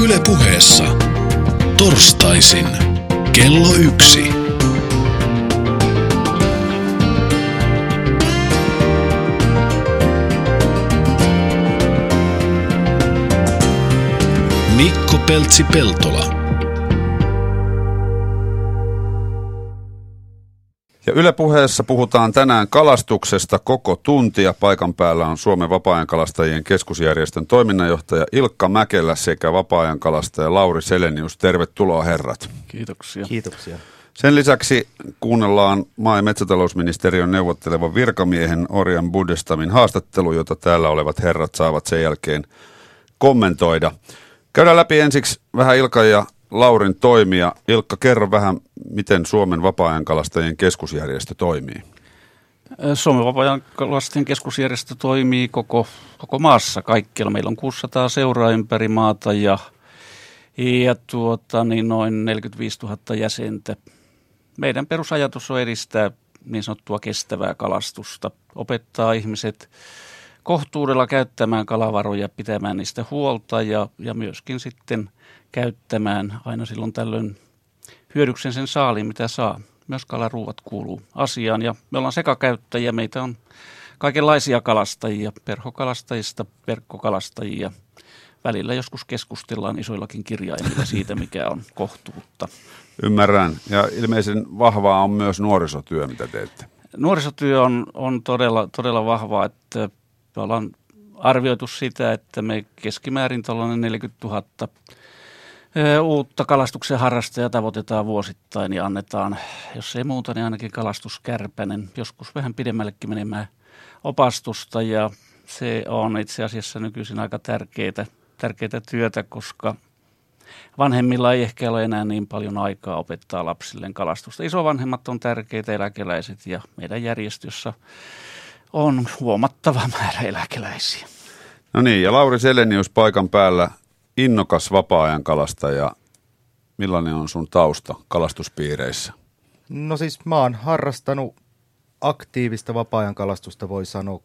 Yle Puheessa. Torstaisin kello 1. Mikko Peltsi-Peltola. Ja Yle Puheessa puhutaan tänään kalastuksesta koko tuntia. Paikan päällä on Suomen vapaa-ajankalastajien keskusjärjestön toiminnanjohtaja Ilkka Mäkelä sekä vapaa-ajankalastaja Lauri Selenius. Tervetuloa herrat. Kiitoksia. Kiitoksia. Sen lisäksi kuunnellaan maa- ja metsätalousministeriön neuvottelevan virkamiehen Orian Budestamin haastattelu, jota täällä olevat herrat saavat sen jälkeen kommentoida. Käydään läpi ensiksi vähän Ilkan ja Laurin toimia. Ilkka, kerro vähän, miten Suomen vapaa-ajankalastajien keskusjärjestö toimii. Suomen vapaa-ajankalastajien keskusjärjestö toimii koko maassa kaikkialla. Meillä on 600 seuraa ympäri maata ja noin 45 000 jäsentä. Meidän perusajatus on edistää niin sanottua kestävää kalastusta, opettaa ihmiset kohtuudella käyttämään kalavaroja, pitämään niistä huolta ja myöskin sitten käyttämään aina silloin tällöin hyödyksen sen saaliin, mitä saa. Myös kalaruuat kuuluu asiaan ja me ollaan sekakäyttäjiä. Meitä on kaikenlaisia kalastajia, perhokalastajista, verkkokalastajia. Välillä joskus keskustellaan isoillakin kirjaimilla siitä, mikä on kohtuutta. Ymmärrän. Ja ilmeisen vahvaa on myös nuorisotyö, mitä teette. Nuorisotyö on todella vahvaa, että me ollaan arvioitu sitä, että me keskimäärin 40 000 uutta kalastuksen harrastajaa tavoitetaan vuosittain ja annetaan, jos ei muuta, niin ainakin kalastuskärpänen, joskus vähän pidemmällekin menemään opastusta ja se on itse asiassa nykyisin aika tärkeää työtä, koska vanhemmilla ei ehkä ole enää niin paljon aikaa opettaa lapsilleen kalastusta. Isovanhemmat on tärkeitä, eläkeläiset ja meidän järjestössä on huomattava määrä eläkeläisiä. No niin, ja Lauri Selenius paikan päällä, innokas vapaa-ajankalastaja. Millainen on sun tausta kalastuspiireissä? No siis mä oon harrastanut aktiivista vapaa-ajankalastusta, voi sanoa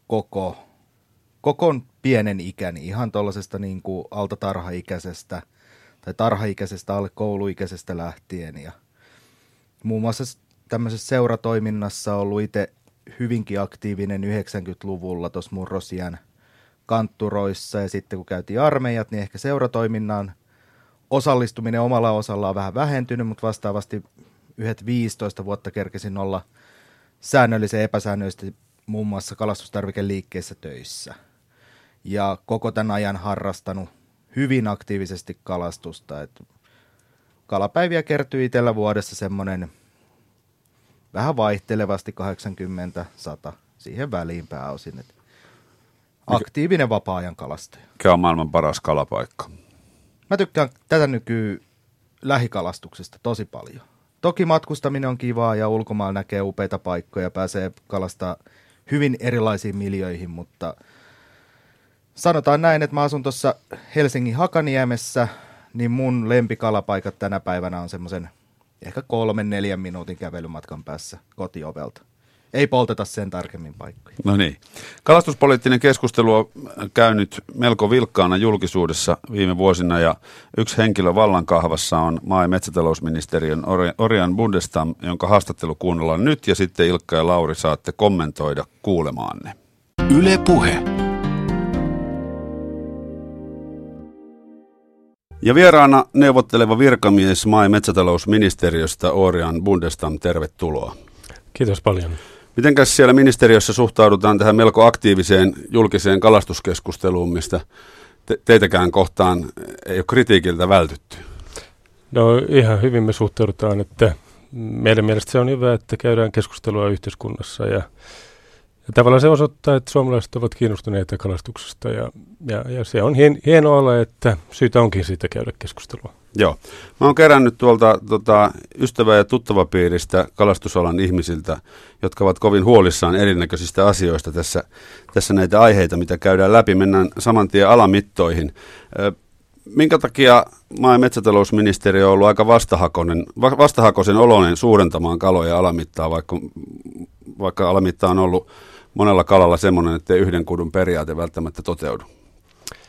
koko pienen ikäni, ihan tuollaisesta niin kuin alta tarhaikäisestä tai tarhaikäisestä alle kouluikäisestä lähtien. Ja muun muassa tämmöisessä seuratoiminnassa on ollut itse hyvinkin aktiivinen 90-luvulla tuossa murrosiän kantturoissa ja sitten kun käytiin armeijat, niin ehkä seuratoiminnan osallistuminen omalla osalla on vähän vähentynyt, mutta vastaavasti 15 vuotta kerkesin olla säännöllisen epäsäännöllisesti muun muassa kalastustarvikeliikkeessä töissä. Ja koko tämän ajan harrastanut hyvin aktiivisesti kalastusta. Et kalapäiviä kertyy itsellä vuodessa semmoinen vähän vaihtelevasti 80-100 siihen väliin pääosin. Et aktiivinen vapaa-ajan kalastaja. Mikä on maailman paras kalapaikka? Mä tykkään tätä nykyään lähikalastuksesta tosi paljon. Toki matkustaminen on kivaa ja ulkomailla näkee upeita paikkoja, pääsee kalastaa hyvin erilaisiin miljöihin, mutta sanotaan näin, että mä asun tuossa Helsingin Hakaniemessä, niin mun lempikalapaikat tänä päivänä on semmoisen ehkä 3-4 minuutin kävelymatkan päässä kotiovelta. Ei polteta sen tarkemmin paikkoja. No niin. Kalastuspoliittinen keskustelu on käynyt melko vilkkaana julkisuudessa viime vuosina ja yksi henkilö vallankahvassa on maa- ja metsätalousministeriön Orian Budestam, jonka haastattelu kuunnellaan nyt ja sitten Ilkka ja Lauri saatte kommentoida kuulemaanne. Yle Puhe. Ja vieraana neuvotteleva virkamies maa- ja metsätalousministeriöstä Orian Budestam, tervetuloa. Kiitos paljon. Mitenkäs siellä ministeriössä suhtaudutaan tähän melko aktiiviseen julkiseen kalastuskeskusteluun, mistä teitäkään kohtaan ei ole kritiikiltä vältytty? No ihan hyvin me suhtaudutaan, että meidän mielestä se on hyvä, että käydään keskustelua yhteiskunnassa ja tavallaan se osoittaa, että suomalaiset ovat kiinnostuneita kalastuksesta ja se on hienoa olla, että syytä onkin siitä käydä keskustelua. Joo. Mä oon kerännyt tuolta ystävä- ja tuttavapiiristä kalastusalan ihmisiltä, jotka ovat kovin huolissaan erinäköisistä asioista tässä näitä aiheita, mitä käydään läpi. Mennään saman tien alamittoihin. Minkä takia maa- ja metsätalousministeriö on ollut aika vastahakoisen oloinen suurentamaan kaloja alamittaa, vaikka alamitta on ollut monella kalalla semmoinen, että yhden kudun periaate välttämättä toteudu?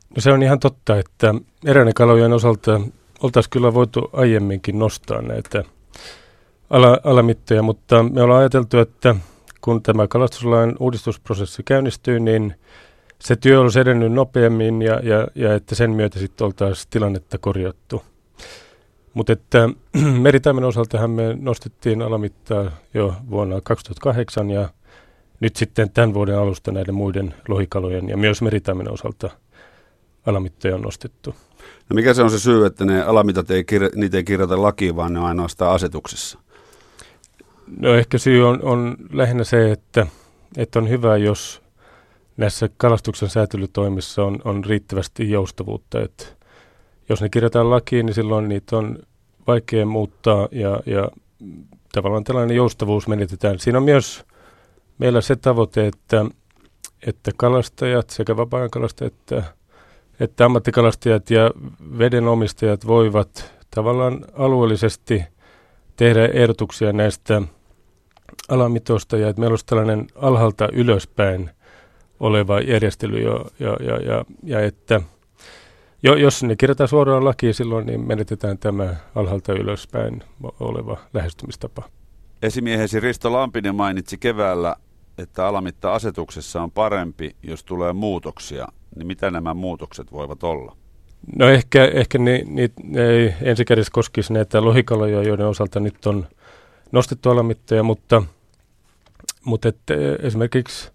No se on ihan totta, että eräänekalojen osalta oltaisiin kyllä voitu aiemminkin nostaa näitä alamittoja, mutta me ollaan ajateltu, että kun tämä kalastuslain uudistusprosessi käynnistyy, niin se työ olisi edennyt nopeammin ja että sen myötä sitten oltaisiin tilannetta korjattu. Mutta että meritaimen osaltahan me nostettiin alamittaa jo vuonna 2008 ja nyt sitten tämän vuoden alusta näiden muiden lohikalojen ja myös meritaimen osalta alamittoja on nostettu. No mikä se on se syy, että ne alamitat niitä ei kirjata lakiin, vaan ne on ainoastaan asetuksessa? No ehkä syy on lähinnä se, että on hyvä, jos näissä kalastuksen säätelytoimissa on riittävästi joustavuutta. Että jos ne kirjataan lakiin, niin silloin niitä on vaikea muuttaa ja tavallaan tällainen joustavuus menetetään. Siinä on myös meillä se tavoite, että kalastajat, sekä vapaa-ajankalastajat että ammattikalastajat ja vedenomistajat voivat tavallaan alueellisesti tehdä ehdotuksia näistä alamitoista ja että meillä olisi tällainen alhaalta ylöspäin oleva järjestely ja että jos ne kirjataan suoraan lakiin, silloin niin menetetään tämä alhaalta ylöspäin oleva lähestymistapa. Esimiehesi Risto Lampinen mainitsi keväällä, että alamitta-asetuksessa on parempi, jos tulee muutoksia. Niin mitä nämä muutokset voivat olla? No ehkä ne ei ensikädessä koskisi näitä lohikaloja, joiden osalta nyt on nostettu alamittoja, mutta että esimerkiksi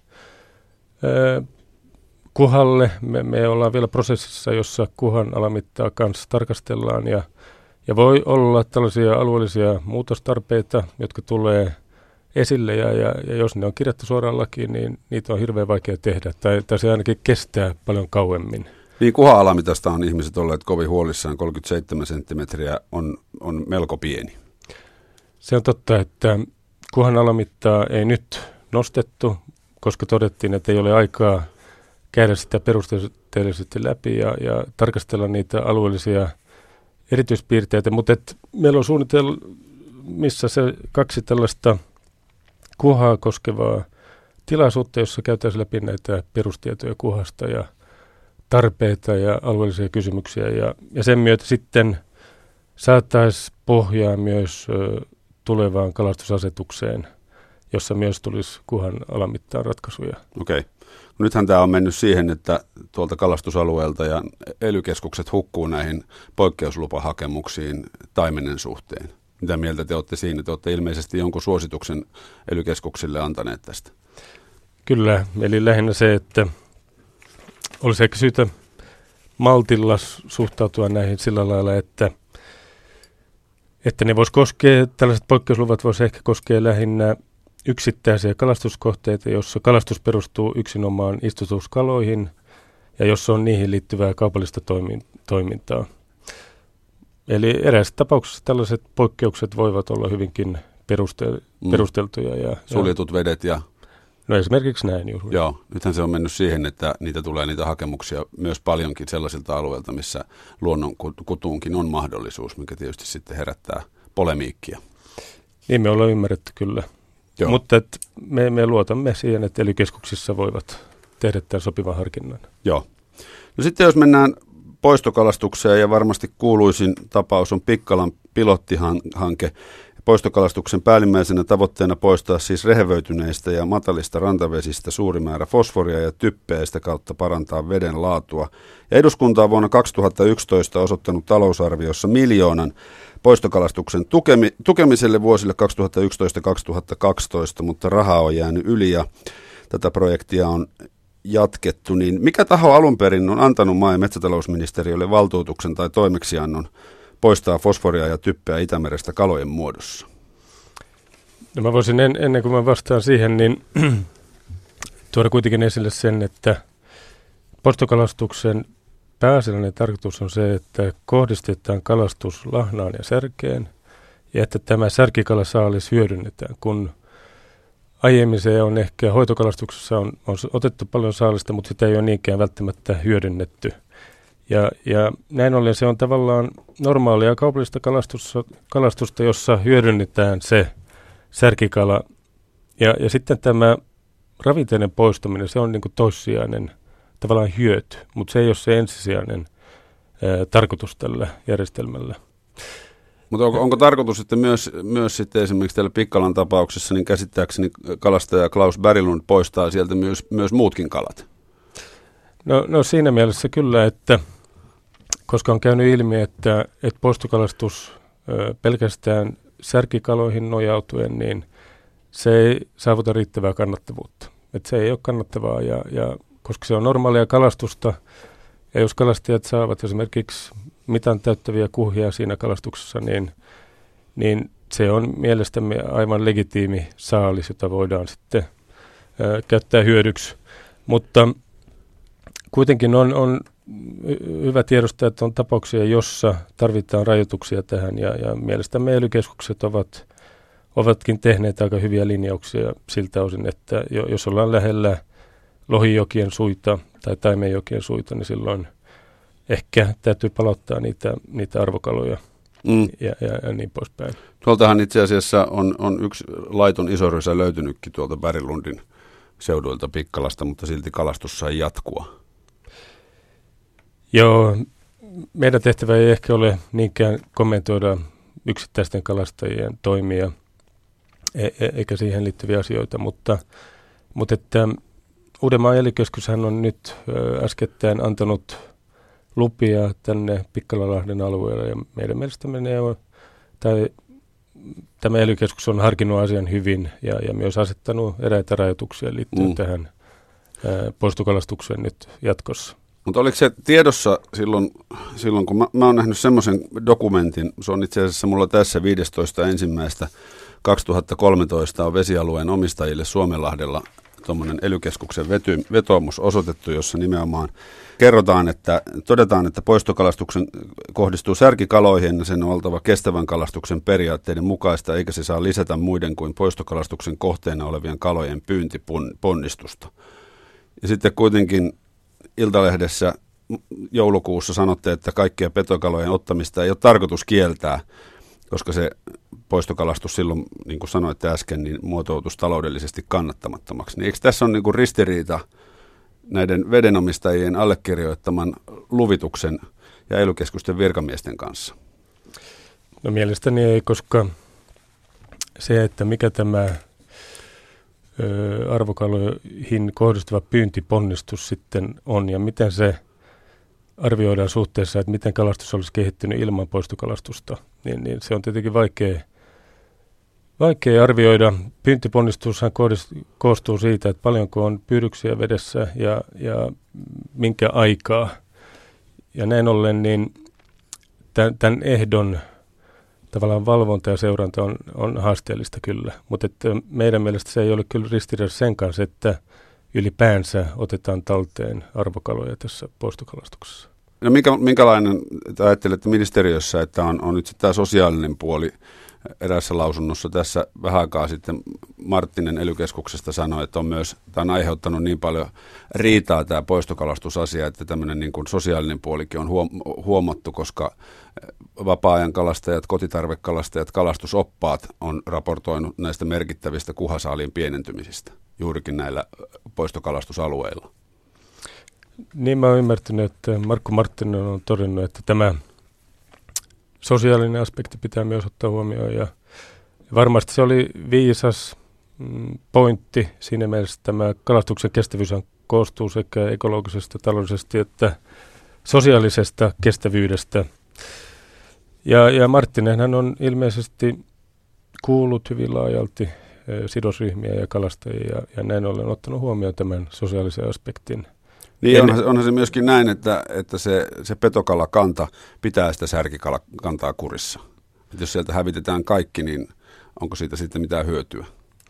kuhalle me ollaan vielä prosessissa, jossa kuhan alamittaa kanssa tarkastellaan ja voi olla tällaisia alueellisia muutostarpeita, jotka tulee esille ja jos ne on kirjattu suoraan lakiin, niin niitä on hirveän vaikea tehdä tai se ainakin kestää paljon kauemmin. Niin kuha-alamitasta on ihmiset olleet kovin huolissaan, 37 senttimetriä on melko pieni. Se on totta, että kuhan alamittaa ei nyt nostettu, koska todettiin, että ei ole aikaa käydä sitä perusteellisesti läpi ja tarkastella niitä alueellisia erityispiirteitä, mutta meillä on suunnitelmissa se 2 tällaista kuhaa koskevaa tilaisuutta, jossa käytäisiin läpi näitä perustietoja kuhasta ja tarpeita ja alueellisia kysymyksiä ja sen myötä sitten saataisiin pohjaa myös tulevaan kalastusasetukseen, jossa myös tulisi kuhan alamittaan ratkaisuja. Okei. Nythän tämä on mennyt siihen, että tuolta kalastusalueelta ja ely-keskukset hukkuu näihin poikkeuslupahakemuksiin taimenen suhteen. Mitä mieltä te olette siinä? Te olette ilmeisesti jonkun suosituksen ely-keskuksille antaneet tästä. Kyllä, eli lähinnä se, että olisi ehkä syytä maltilla suhtautua näihin sillä lailla, että ne vois koskea, tällaiset poikkeusluvat voisi ehkä koskea lähinnä yksittäisiä kalastuskohteita, jossa kalastus perustuu yksinomaan istutuskaloihin ja jossa on niihin liittyvää kaupallista toimintaa. Eli eräissä tapauksissa tällaiset poikkeukset voivat olla hyvinkin perusteltuja. Ja suljetut vedet ja... No esimerkiksi näin juuri. Joo, nythän se on mennyt siihen, että niitä hakemuksia myös paljonkin sellaisilta alueilta, missä luonnon kutuunkin on mahdollisuus, mikä tietysti sitten herättää polemiikkia. Niin me ollaan ymmärretty kyllä. Joo. Mutta me luotamme siihen, että ely-keskuksissa voivat tehdä tämän sopivan harkinnan. Joo. No sitten jos mennään poistokalastukseen ja varmasti kuuluisin tapaus on Pikkalan pilottihanke. Poistokalastuksen päällimmäisenä tavoitteena poistaa siis rehevöityneistä ja matalista rantavesistä suuri määrä fosforia ja typpeä ja sitä kautta parantaa veden laatua. Ja eduskunta on vuonna 2011 osoittanut talousarviossa 1 miljoonan poistokalastuksen tukemiselle vuosille 2011-2012, mutta rahaa on jäänyt yli ja tätä projektia on jatkettu. Niin mikä taho alun perin on antanut maa- ja metsätalousministeriölle valtuutuksen tai toimeksiannon poistaa fosforia ja typpeä Itämerestä kalojen muodossa? No mä voisin ennen kuin mä vastaan siihen, niin tuoda kuitenkin esille sen, että poistokalastuksen pääasiallinen tarkoitus on se, että kohdistetaan kalastus lahnaan ja särkeen ja että tämä särkikalasaalis hyödynnetään, kun aiemmin se on ehkä hoitokalastuksessa on otettu paljon saalista, mutta sitä ei ole niinkään välttämättä hyödynnetty. Ja näin ollen se on tavallaan normaalia kaupallista kalastusta, jossa hyödynnetään se särkikala. Ja sitten tämä ravinteiden poistaminen, se on niin kuin toissijainen tavallaan hyöty, mutta se ei ole se ensisijainen tarkoitus tällä järjestelmällä. Mutta onko tarkoitus, että myös sitten esimerkiksi täällä Pikkalan tapauksessa, niin käsittääkseni kalastaja Klaus Berglund poistaa sieltä myös muutkin kalat? No siinä mielessä kyllä, että koska on käynyt ilmi, että poistokalastus pelkästään särkikaloihin nojautuen, niin se ei saavuta riittävää kannattavuutta. Että se ei ole kannattavaa ja koska se on normaalia kalastusta, ja jos kalastajat saavat esimerkiksi mitan täyttäviä kuhia siinä kalastuksessa, niin se on mielestämme aivan legitiimi saalis, jota voidaan sitten käyttää hyödyksi. Mutta kuitenkin on hyvä tiedostaa, että on tapauksia, jossa tarvitaan rajoituksia tähän ja mielestämme ELY-keskukset ovatkin tehneet aika hyviä linjauksia siltä osin, että jos ollaan lähellä lohijokien suita tai taimenjokien suita, niin silloin ehkä täytyy palauttaa niitä arvokaloja ja niin poispäin. Tuoltahan itse asiassa on yksi laiton isorysä löytynytkin tuolta Berglundin seuduilta Pikkalasta, mutta silti kalastus sai jatkua. Joo, meidän tehtävä ei ehkä ole niinkään kommentoida yksittäisten kalastajien toimia eikä siihen liittyviä asioita, mutta että Uudenmaan ELY-keskushan on nyt äskettäin antanut lupia tänne Pikkalalahden alueelle ja meidän mielestämme tämä ELY-keskus on harkinnut asian hyvin ja myös asettanut eräitä rajoituksia liittyen tähän poistokalastukseen nyt jatkossa. Mutta oliko se tiedossa silloin kun mä oon nähnyt semmoisen dokumentin, se on itse asiassa mulla tässä 15.1.2013 on vesialueen omistajille Suomenlahdella tuommoinen ELY-keskuksen vetoomus osoitettu, jossa nimenomaan todetaan, että poistokalastuksen kohdistuu särkikaloihin ja sen on oltava kestävän kalastuksen periaatteiden mukaista, eikä se saa lisätä muiden kuin poistokalastuksen kohteena olevien kalojen pyyntiponnistusta. Ja sitten kuitenkin Iltalehdessä joulukuussa sanotte, että kaikkia petokalojen ottamista ei ole tarkoitus kieltää, koska se poistokalastus silloin, niin kuin sanoitte äsken, niin muotoutuisi taloudellisesti kannattamattomaksi. Niin eikö tässä ole niin kuin ristiriita näiden vedenomistajien allekirjoittaman luvituksen ja ELY-keskusten virkamiesten kanssa? No mielestäni ei, koska se, että mikä tämä arvokaloihin kohdistuva pyyntiponnistus sitten on ja miten se arvioidaan suhteessa, että miten kalastus olisi kehittynyt ilman poistokalastusta, niin se on tietenkin vaikea arvioida. Pyyntiponnistushan koostuu siitä, että paljonko on pyydyksiä vedessä ja minkä aikaa. Ja näin ollen niin tämän ehdon tavallaan valvonta ja seuranta on haasteellista kyllä, mutta että meidän mielestä se ei ole kyllä ristiriidassa sen kanssa, että ylipäänsä otetaan talteen arvokaloja tässä poistokalastuksessa. No minkälainen ajattelette ministeriössä, että on nyt tämä sosiaalinen puoli? Eräässä lausunnossa tässä vähän aikaa sitten Marttinen ELY-keskuksesta sanoi, että tämä on aiheuttanut niin paljon riitaa tämä poistokalastusasia, että tämmöinen niin kuin sosiaalinen puolikin on huomattu, koska vapaa-ajan kalastajat, kotitarvekalastajat, kalastusoppaat on raportoinut näistä merkittävistä kuhasaaliin pienentymisistä juurikin näillä poistokalastusalueilla. Niin mä oon ymmärtänyt, että Markku Marttinen on todennut, että tämä sosiaalinen aspekti pitää myös ottaa huomioon ja varmasti se oli viisas pointti siinä mielessä, että tämä kalastuksen kestävyys koostuu sekä ekologisesta, taloudellisesta että sosiaalisesta kestävyydestä. Ja Marttinenhan on ilmeisesti kuullut hyvin laajalti sidosryhmiä ja kalastajia ja näin ollen ottanut huomioon tämän sosiaalisen aspektin. Niin onhan se myöskin näin, että se petokalakanta pitää sitä särkikalakantaa kurissa. Et jos sieltä hävitetään kaikki, niin onko siitä sitten mitään hyötyä?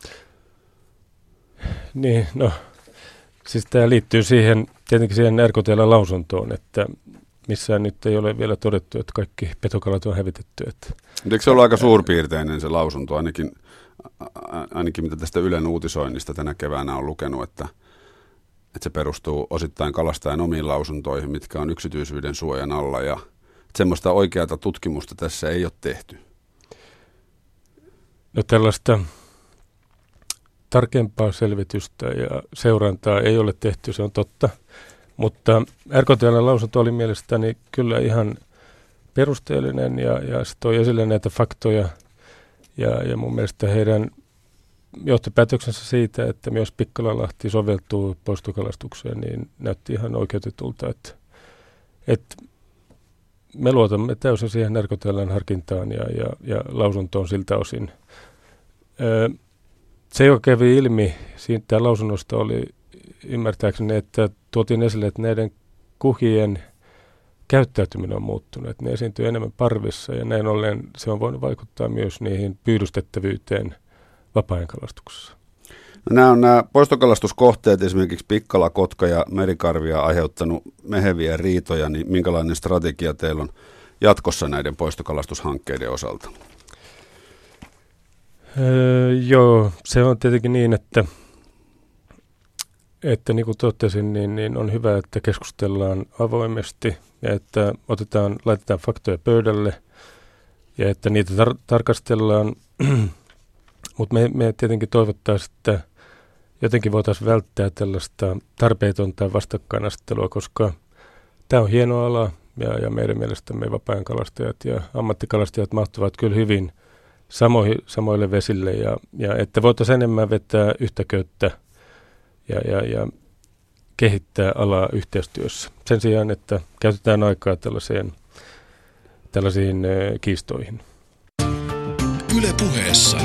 Niin, no siis tämä liittyy tietenkin siihen RKTL-lausuntoon, että missään nyt ei ole vielä todettu, että kaikki petokalat on hävitetty. Eikö se ollut aika suurpiirteinen se lausunto, ainakin mitä tästä Ylen uutisoinnista tänä keväänä on lukenut, että se perustuu osittain kalastajan omiin lausuntoihin, mitkä on yksityisyyden suojan alla ja semmoista oikeata tutkimusta tässä ei ole tehty. No tällaista tarkempaa selvitystä ja seurantaa ei ole tehty, se on totta, Mutta RKTL:n lausunto oli mielestäni kyllä ihan perusteellinen ja se toi esille näitä faktoja ja mun mielestä heidän johtopäätöksensä siitä, että myös Pikkalalahti soveltuu poistokalastukseen, niin näytti ihan oikeutetulta, että me luotamme täysin siihen RKTL:n harkintaan ja lausuntoon siltä osin. Se, joka kävi ilmi siitä lausunnosta, oli ymmärtääkseni, että tuotiin esille, että näiden kuhien käyttäytyminen on muuttunut. Että ne esiintyy enemmän parvissa ja näin ollen se on voinut vaikuttaa myös niihin pyydystettävyyteen vapaa-ajan kalastuksessa. No nämä poistokalastuskohteet, esimerkiksi Pikkala, Kotka ja Merikarvia aiheuttanut meheviä riitoja, niin minkälainen strategia teillä on jatkossa näiden poistokalastushankkeiden osalta? Joo, se on tietenkin niin, että niin kuin totesin, niin on hyvä, että keskustellaan avoimesti ja että laitetaan faktoja pöydälle ja että niitä tarkastellaan. Mutta me tietenkin toivottaisiin, että jotenkin voitaisiin välttää tällaista tarpeetonta vastakkainasettelua, koska tämä on hieno ala ja meidän mielestämme vapaa-ajan kalastajat ja ammattikalastajat mahtuvat kyllä hyvin samoille vesille ja että voitaisiin enemmän vetää yhtä köyttä ja kehittää alaa yhteistyössä. Sen sijaan, että käytetään aikaa tällaisiin kiistoihin. Yle Puheessa.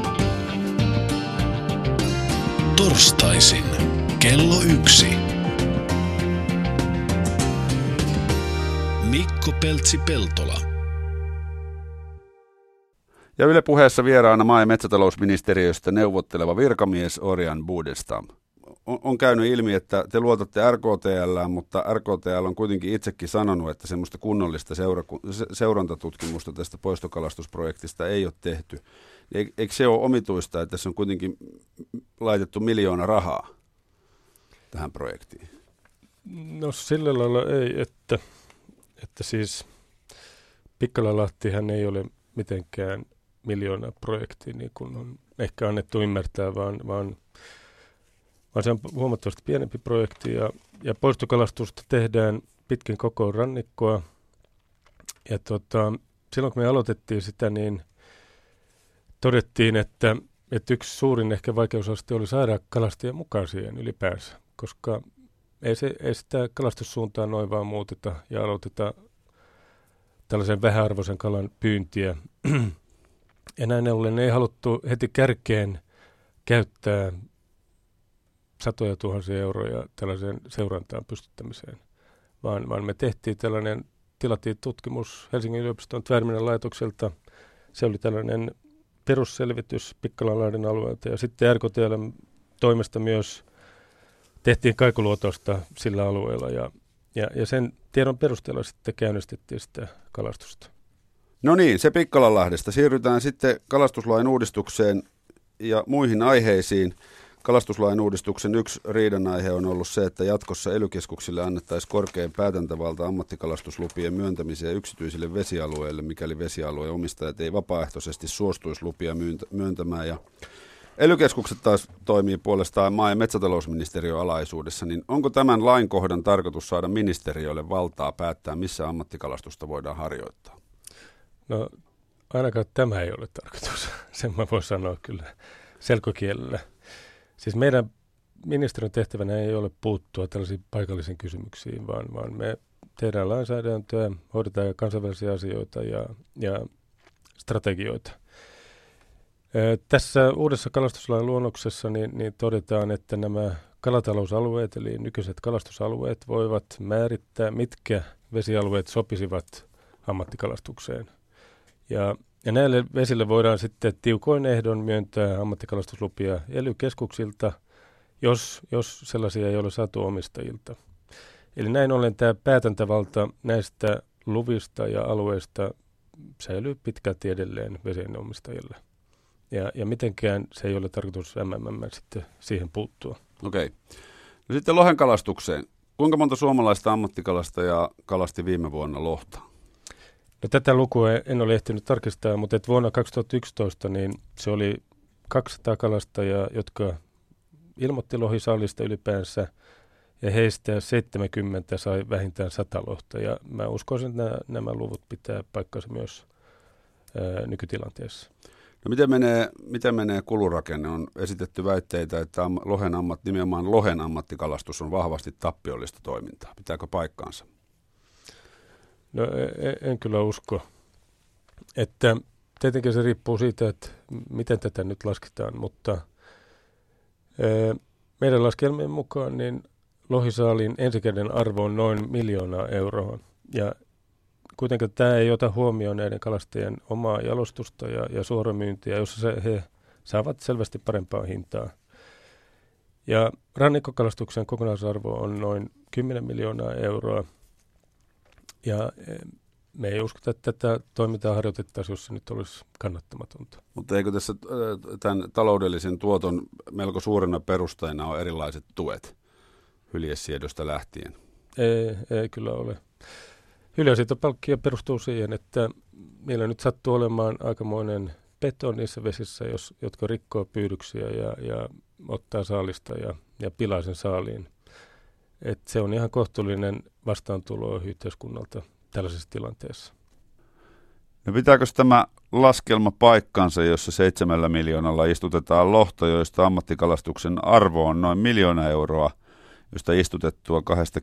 Torstaisin kello 1. Mikko Peltsi-Peltola. Ja Yle Puheessa vieraana maa- ja metsätalousministeriöstä neuvotteleva virkamies Orian Budestam. On käynyt ilmi, että te luotatte RKTL:ään, mutta RKTL on kuitenkin itsekin sanonut, että semmoista kunnollista seurantatutkimusta tästä poistokalastusprojektista ei ole tehty. Eikö se ole omituista, että tässä on kuitenkin laitettu 1 miljoona rahaa tähän projektiin? No sillä lailla ei, että siis Pikkalalahtihan ei ole mitenkään 1 miljoona projekti, niin kuin on ehkä annettu ymmärtää, vaan se on huomattavasti pienempi projekti ja poistokalastusta tehdään pitkin koko rannikkoa. Ja silloin kun me aloitettiin sitä, niin todettiin, että yksi suurin ehkä vaikeusaste oli saada kalastajia mukaan siihen ylipäänsä, koska ei sitä kalastussuuntaa noin vaan muuteta ja aloiteta tällaisen vähäarvoisen kalan pyyntiä. Ja näin ollen ei haluttu heti kärkeen käyttää satoja tuhansia euroja tällaiseen seurantaan pystyttämiseen, vaan me tilattiin tutkimus Helsingin yliopiston Tvärminan laitokselta. Se oli tällainen perusselvitys Pikkalanlahden alueelta ja sitten RKTL:n toimesta myös tehtiin kaikuluotosta sillä alueella ja sen tiedon perusteella sitten käynnistettiin sitä kalastusta. No niin, se Pikkalanlahdesta. Siirrytään sitten kalastuslain uudistukseen ja muihin aiheisiin. Kalastuslain uudistuksen yksi riidanaihe on ollut se, että jatkossa ely-keskuksille annettaisiin korkein päätäntävalta ammattikalastuslupien myöntämiseen yksityisille vesialueille, mikäli vesialueen omistajat ei vapaaehtoisesti suostuisi lupia myöntämään. Ja ely-keskukset taas toimii puolestaan maa- ja metsätalousministeriön alaisuudessa, niin onko tämän lainkohdan tarkoitus saada ministeriöille valtaa päättää, missä ammattikalastusta voidaan harjoittaa? No ainakaan tämä ei ole tarkoitus, sen mä voin sanoa kyllä selkokielellä. Siis meidän ministeriön tehtävänä ei ole puuttua tällaisiin paikallisiin kysymyksiin, vaan me tehdään lainsäädäntöä, hoidetaan kansainvälisiä asioita ja strategioita. Tässä uudessa kalastuslain luonnoksessa niin todetaan, että nämä kalatalousalueet, eli nykyiset kalastusalueet, voivat määrittää, mitkä vesialueet sopisivat ammattikalastukseen. Ja näille vesille voidaan sitten tiukoin ehdon myöntää ammattikalastuslupia ely-keskuksilta, jos sellaisia ei ole saatu omistajilta. Eli näin ollen tämä päätäntävalta näistä luvista ja alueista säilyy pitkälti edelleen vesien omistajille. Ja mitenkään se ei ole tarkoitus sitten siihen puuttua. Okei. No sitten lohen kalastukseen. Kuinka monta suomalaista ammattikalastajaa kalasti viime vuonna lohta? No, tätä lukua en ole ehtinyt tarkistaa, mutta vuonna 2011 niin se oli 200 kalastajaa, jotka ilmoitti lohisaalista ylipäänsä. ja heistä 70 sai vähintään 100 lohta. Ja mä uskoisin, että nämä luvut pitää paikkansa myös nykytilanteessa. No miten menee kulurakenne? On esitetty väitteitä, että nimenomaan lohen ammattikalastus on vahvasti tappiollista toimintaa. Pitääkö paikkaansa? No en kyllä usko. Että tietenkin se riippuu siitä, että miten tätä nyt lasketaan, mutta meidän laskelmien mukaan niin lohisaaliin ensikäden arvo on noin 1 miljoonaa euroa. Ja kuitenkin tämä ei ota huomioon näiden kalastajien omaa jalostusta ja suoramyyntiä, jossa he saavat selvästi parempaa hintaa. Ja rannikkokalastuksen kokonaisarvo on noin 10 miljoonaa euroa. Ja me ei uskota, että tätä toimintaa harjoitettaisiin, jos se nyt olisi kannattamatonta. Mutta eikö tässä tämän taloudellisen tuoton melko suurena perusteena ole erilaiset tuet hyljesiedöstä lähtien? Ei kyllä ole. Hyljesietopalkkio perustuu siihen, että meillä nyt sattuu olemaan aikamoinen peto niissä vesissä, jotka rikkoo pyydyksiä ja ottaa saalista ja pilaa sen saaliin. Et se on ihan kohtuullinen vastaantulo yhteiskunnalta tällaisessa tilanteessa. No pitääkö tämä laskelma paikkansa, jossa 7 miljoonalla istutetaan lohta, joista ammattikalastuksen arvo on noin 1 miljoona euroa, josta istutettua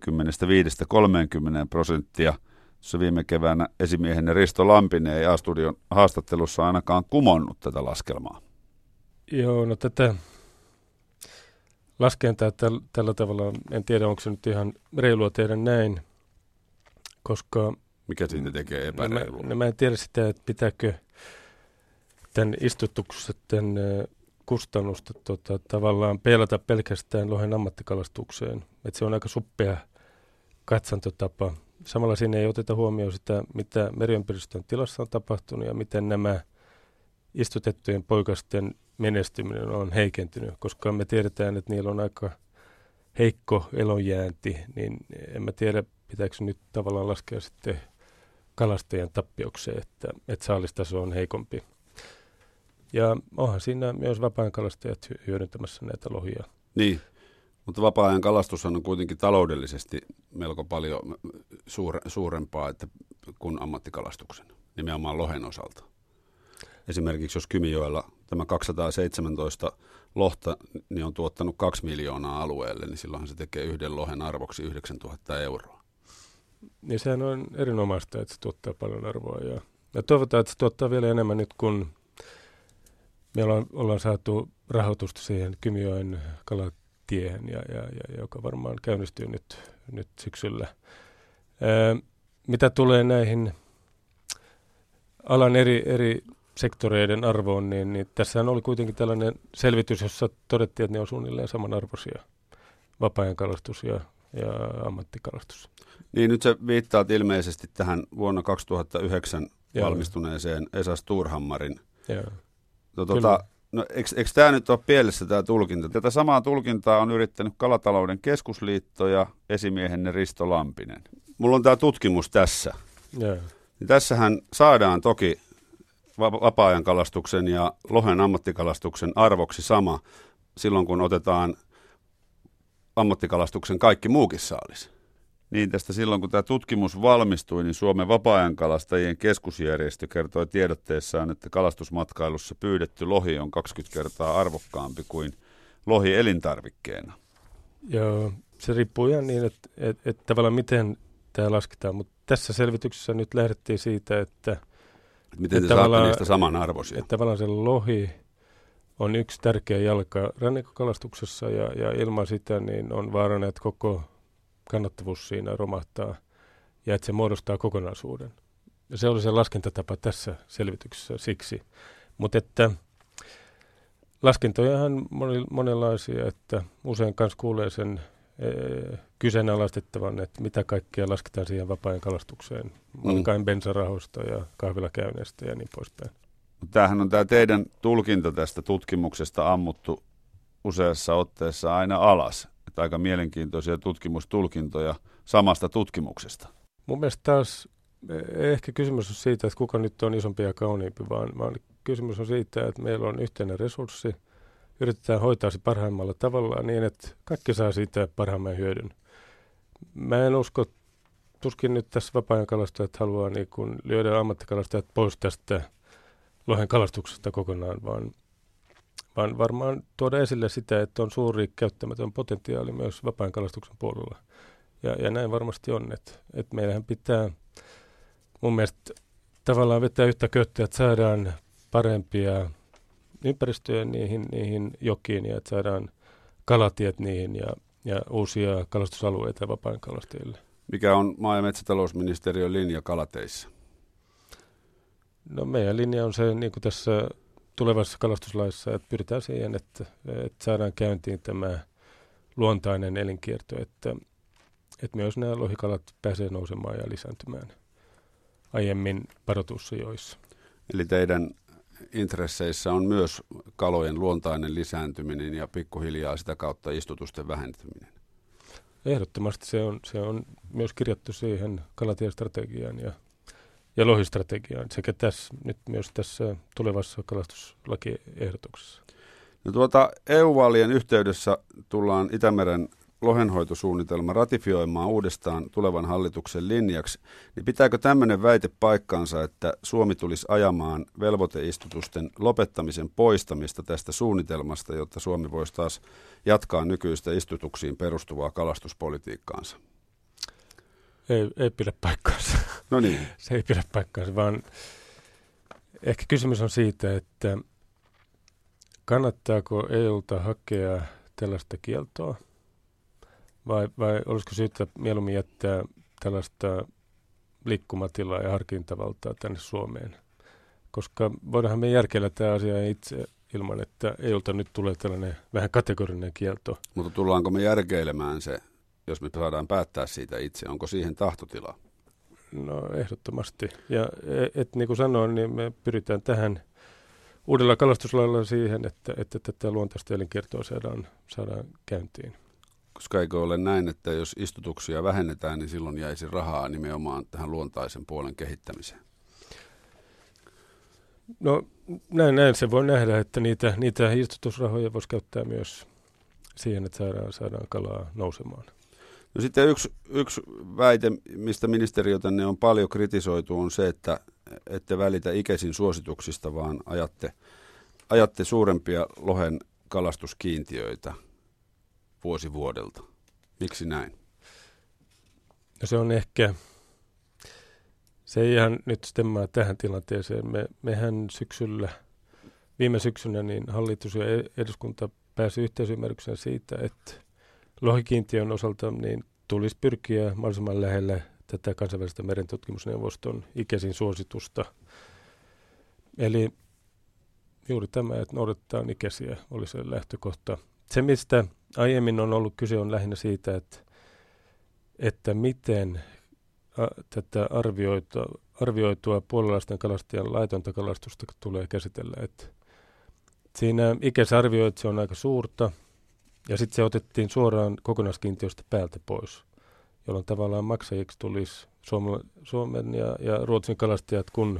25-30%, jossa viime keväänä esimiehenne Risto Lampinen ei A-studion haastattelussa ainakaan kumonnut tätä laskelmaa? Joo, no tätä laskentaa tällä tavalla, en tiedä onko se nyt ihan reilua tehdä näin, koska... Mikä siitä tekee epäreilua? Mä en tiedä sitä, että pitääkö tämän istutuksen kustannusta tavallaan peilata pelkästään lohen ammattikalastukseen. Että se on aika suppea katsantotapa. Samalla siinä ei oteta huomioon sitä, mitä meriympäristön tilassa on tapahtunut ja miten nämä istutettujen poikasten menestyminen on heikentynyt, koska me tiedetään, että niillä on aika heikko elonjäänti, niin en mä tiedä, pitääkö nyt tavallaan laskea sitten kalastajien tappiokseen, että saalistaso on heikompi. Ja onhan siinä myös vapaa-ajan kalastajat hyödyntämässä näitä lohia. Niin, mutta vapaa-ajan kalastus on kuitenkin taloudellisesti melko paljon suurempaa kuin ammattikalastuksen, nimenomaan lohen osalta. Esimerkiksi jos Kymijoella tämä 217 lohta niin on tuottanut 2 miljoonaa alueelle, niin silloinhan se tekee yhden lohen arvoksi 9 000 euroa. Niin sehän on erinomaista, että se tuottaa paljon arvoa. Ja toivotaan, että se tuottaa vielä enemmän nyt, kun me ollaan saatu rahoitusta siihen Kymijoen kalatiehen, joka varmaan käynnistyy nyt syksyllä. Mitä tulee näihin alan eri sektoreiden arvoon, niin tässähän oli kuitenkin tällainen selvitys, jossa todettiin, että ne on suunnilleen samanarvoisia, vapaa-ajan kalastus ja ammattikalastus. Niin nyt sä viittaat ilmeisesti tähän vuonna 2009 valmistuneeseen Esa Sturhammarin. No, eikö tämä nyt ole pielessä tämä tulkinta? Tätä samaa tulkintaa on yrittänyt Kalatalouden keskusliitto ja esimiehenne Risto Lampinen. Mulla on tämä tutkimus tässä. Niin tässähän saadaan toki vapaa-ajan kalastuksen ja lohen ammattikalastuksen arvoksi sama silloin, kun otetaan ammattikalastuksen kaikki muukin saalis. Niin tästä silloin, kun tämä tutkimus valmistui, niin Suomen vapaa-ajan kalastajien keskusjärjestö kertoi tiedotteessaan, että kalastusmatkailussa pyydetty lohi on 20 kertaa arvokkaampi kuin lohi elintarvikkeena. Joo, se riippuu ihan niin, että tavallaan miten tämä lasketaan, mutta tässä selvityksessä nyt lähdettiin siitä, että miten te saatte niistä samanarvoisia? Että tavallaan se lohi on yksi tärkeä jalka rannikkokalastuksessa ja ilman sitä niin on vaarana, että koko kannattavuus siinä romahtaa ja että se muodostaa kokonaisuuden. Ja se oli se laskentatapa tässä selvityksessä siksi. Mutta että laskentojahan on monenlaisia, että usein kanssa kuulee sen kyseenalaistettavan, että mitä kaikkea lasketaan siihen vapaa-ajan kalastukseen. Alkaen bensarahoista ja kahvilakäynneistä ja niin poispäin. Tämähän on tämä teidän tulkinta tästä tutkimuksesta ammuttu useassa otteessa aina alas. Että aika mielenkiintoisia tutkimustulkintoja samasta tutkimuksesta. Mun mielestä taas ehkä kysymys on siitä, että kuka nyt on isompi ja kauniimpi, vaan kysymys on siitä, että meillä on yhteinen resurssi. Yritetään hoitaa se parhaimmalla tavalla niin, että kaikki saa siitä parhaimman hyödyn. Mä en usko, tuskin nyt tässä vapaa-ajan kalastajat haluaa niin kuin lyödä ammattikalastajat pois tästä lohen kalastuksesta kokonaan, vaan varmaan tuoda esille sitä, että on suuri käyttämätön potentiaali myös vapaa-ajan kalastuksen puolella. Ja näin varmasti on, että meillähän pitää mun mielestä tavallaan vetää yhtä köyttä, että saadaan parempia ympäristöjä niihin jokiin ja että saadaan kalatiet niihin ja uusia kalastusalueita vapaa-ajan kalastajille. Mikä on maa- ja metsätalousministeriön linja kalateissa? No meidän linja on se, niin kuin tässä tulevassa kalastuslaissa, että pyritään siihen, että saadaan käyntiin tämä luontainen elinkierto, että myös nämä lohikalat pääsee nousemaan ja lisääntymään aiemmin varoituissa joissa. Eli teidän intresseissä on myös kalojen luontainen lisääntyminen ja pikkuhiljaa sitä kautta istutusten vähentäminen? Ehdottomasti se on myös kirjattu siihen kalatiestrategiaan ja lohistrategiaan sekä nyt myös tässä tulevassa kalastuslakiehdotuksessa. No EU-vaalien yhteydessä tullaan Itämeren lohenhoitosuunnitelma ratifioimaan uudestaan tulevan hallituksen linjaksi, niin pitääkö tämmöinen väite paikkaansa, että Suomi tulisi ajamaan velvoiteistutusten lopettamisen poistamista tästä suunnitelmasta, jotta Suomi voisi taas jatkaa nykyistä istutuksiin perustuvaa kalastuspolitiikkaansa? Ei pidä paikkaansa. No niin. Se ei pidä paikkaansa, vaan ehkä kysymys on siitä, että kannattaako EUlta hakea tällaista kieltoa vai olisiko syytä mieluummin jättää tällaista liikkumatilaa ja harkintavaltaa tänne Suomeen? Koska voidaanhan me järkeillä tämä asia itse ilman, että EUlta nyt tulee tällainen vähän kategorinen kielto. Mutta tullaanko me järkeilemään se, jos me saadaan päättää siitä itse? Onko siihen tahtotilaa? No ehdottomasti. Ja niin kuin sanoin, niin me pyritään tähän uudella kalastuslailla siihen, että tätä luontaista elinkiertoa saadaan käyntiin. Koska eikö ole näin, että jos istutuksia vähennetään, niin silloin jäisi rahaa nimenomaan tähän luontaisen puolen kehittämiseen? No näin se voi nähdä, että niitä istutusrahoja voisi käyttää myös siihen, että saadaan kalaa nousemaan. No sitten yksi väite, mistä ministeriötänne on paljon kritisoitu, on se, että ette välitä ikäisin suosituksista, vaan ajatte suurempia lohen kalastuskiintiöitä vuosi vuodelta. Miksi näin? No se on ehkä, se ei ihan nyt stemmaa tähän tilanteeseen. Mehän viime syksynä niin hallitus ja eduskunta pääsi yhteisymmärrykseen siitä, että lohikiintiön osalta niin tulisi pyrkiä mahdollisimman lähelle tätä kansainvälistä merentutkimusneuvoston ikäisin suositusta. Eli juuri tämä, että noudatetaan ikäisiä, oli se lähtökohta. Se, mistä aiemmin on ollut kyse, on lähinnä siitä, että miten tätä arvioitua puolalaisten kalastajan laitonta kalastusta tulee käsitellä. Että siinä ikäisarvio, että se on aika suurta, ja sitten se otettiin suoraan kokonaiskiintiöstä päältä pois, jolloin tavallaan maksajiksi tulisi Suomen ja Ruotsin kalastajat, kun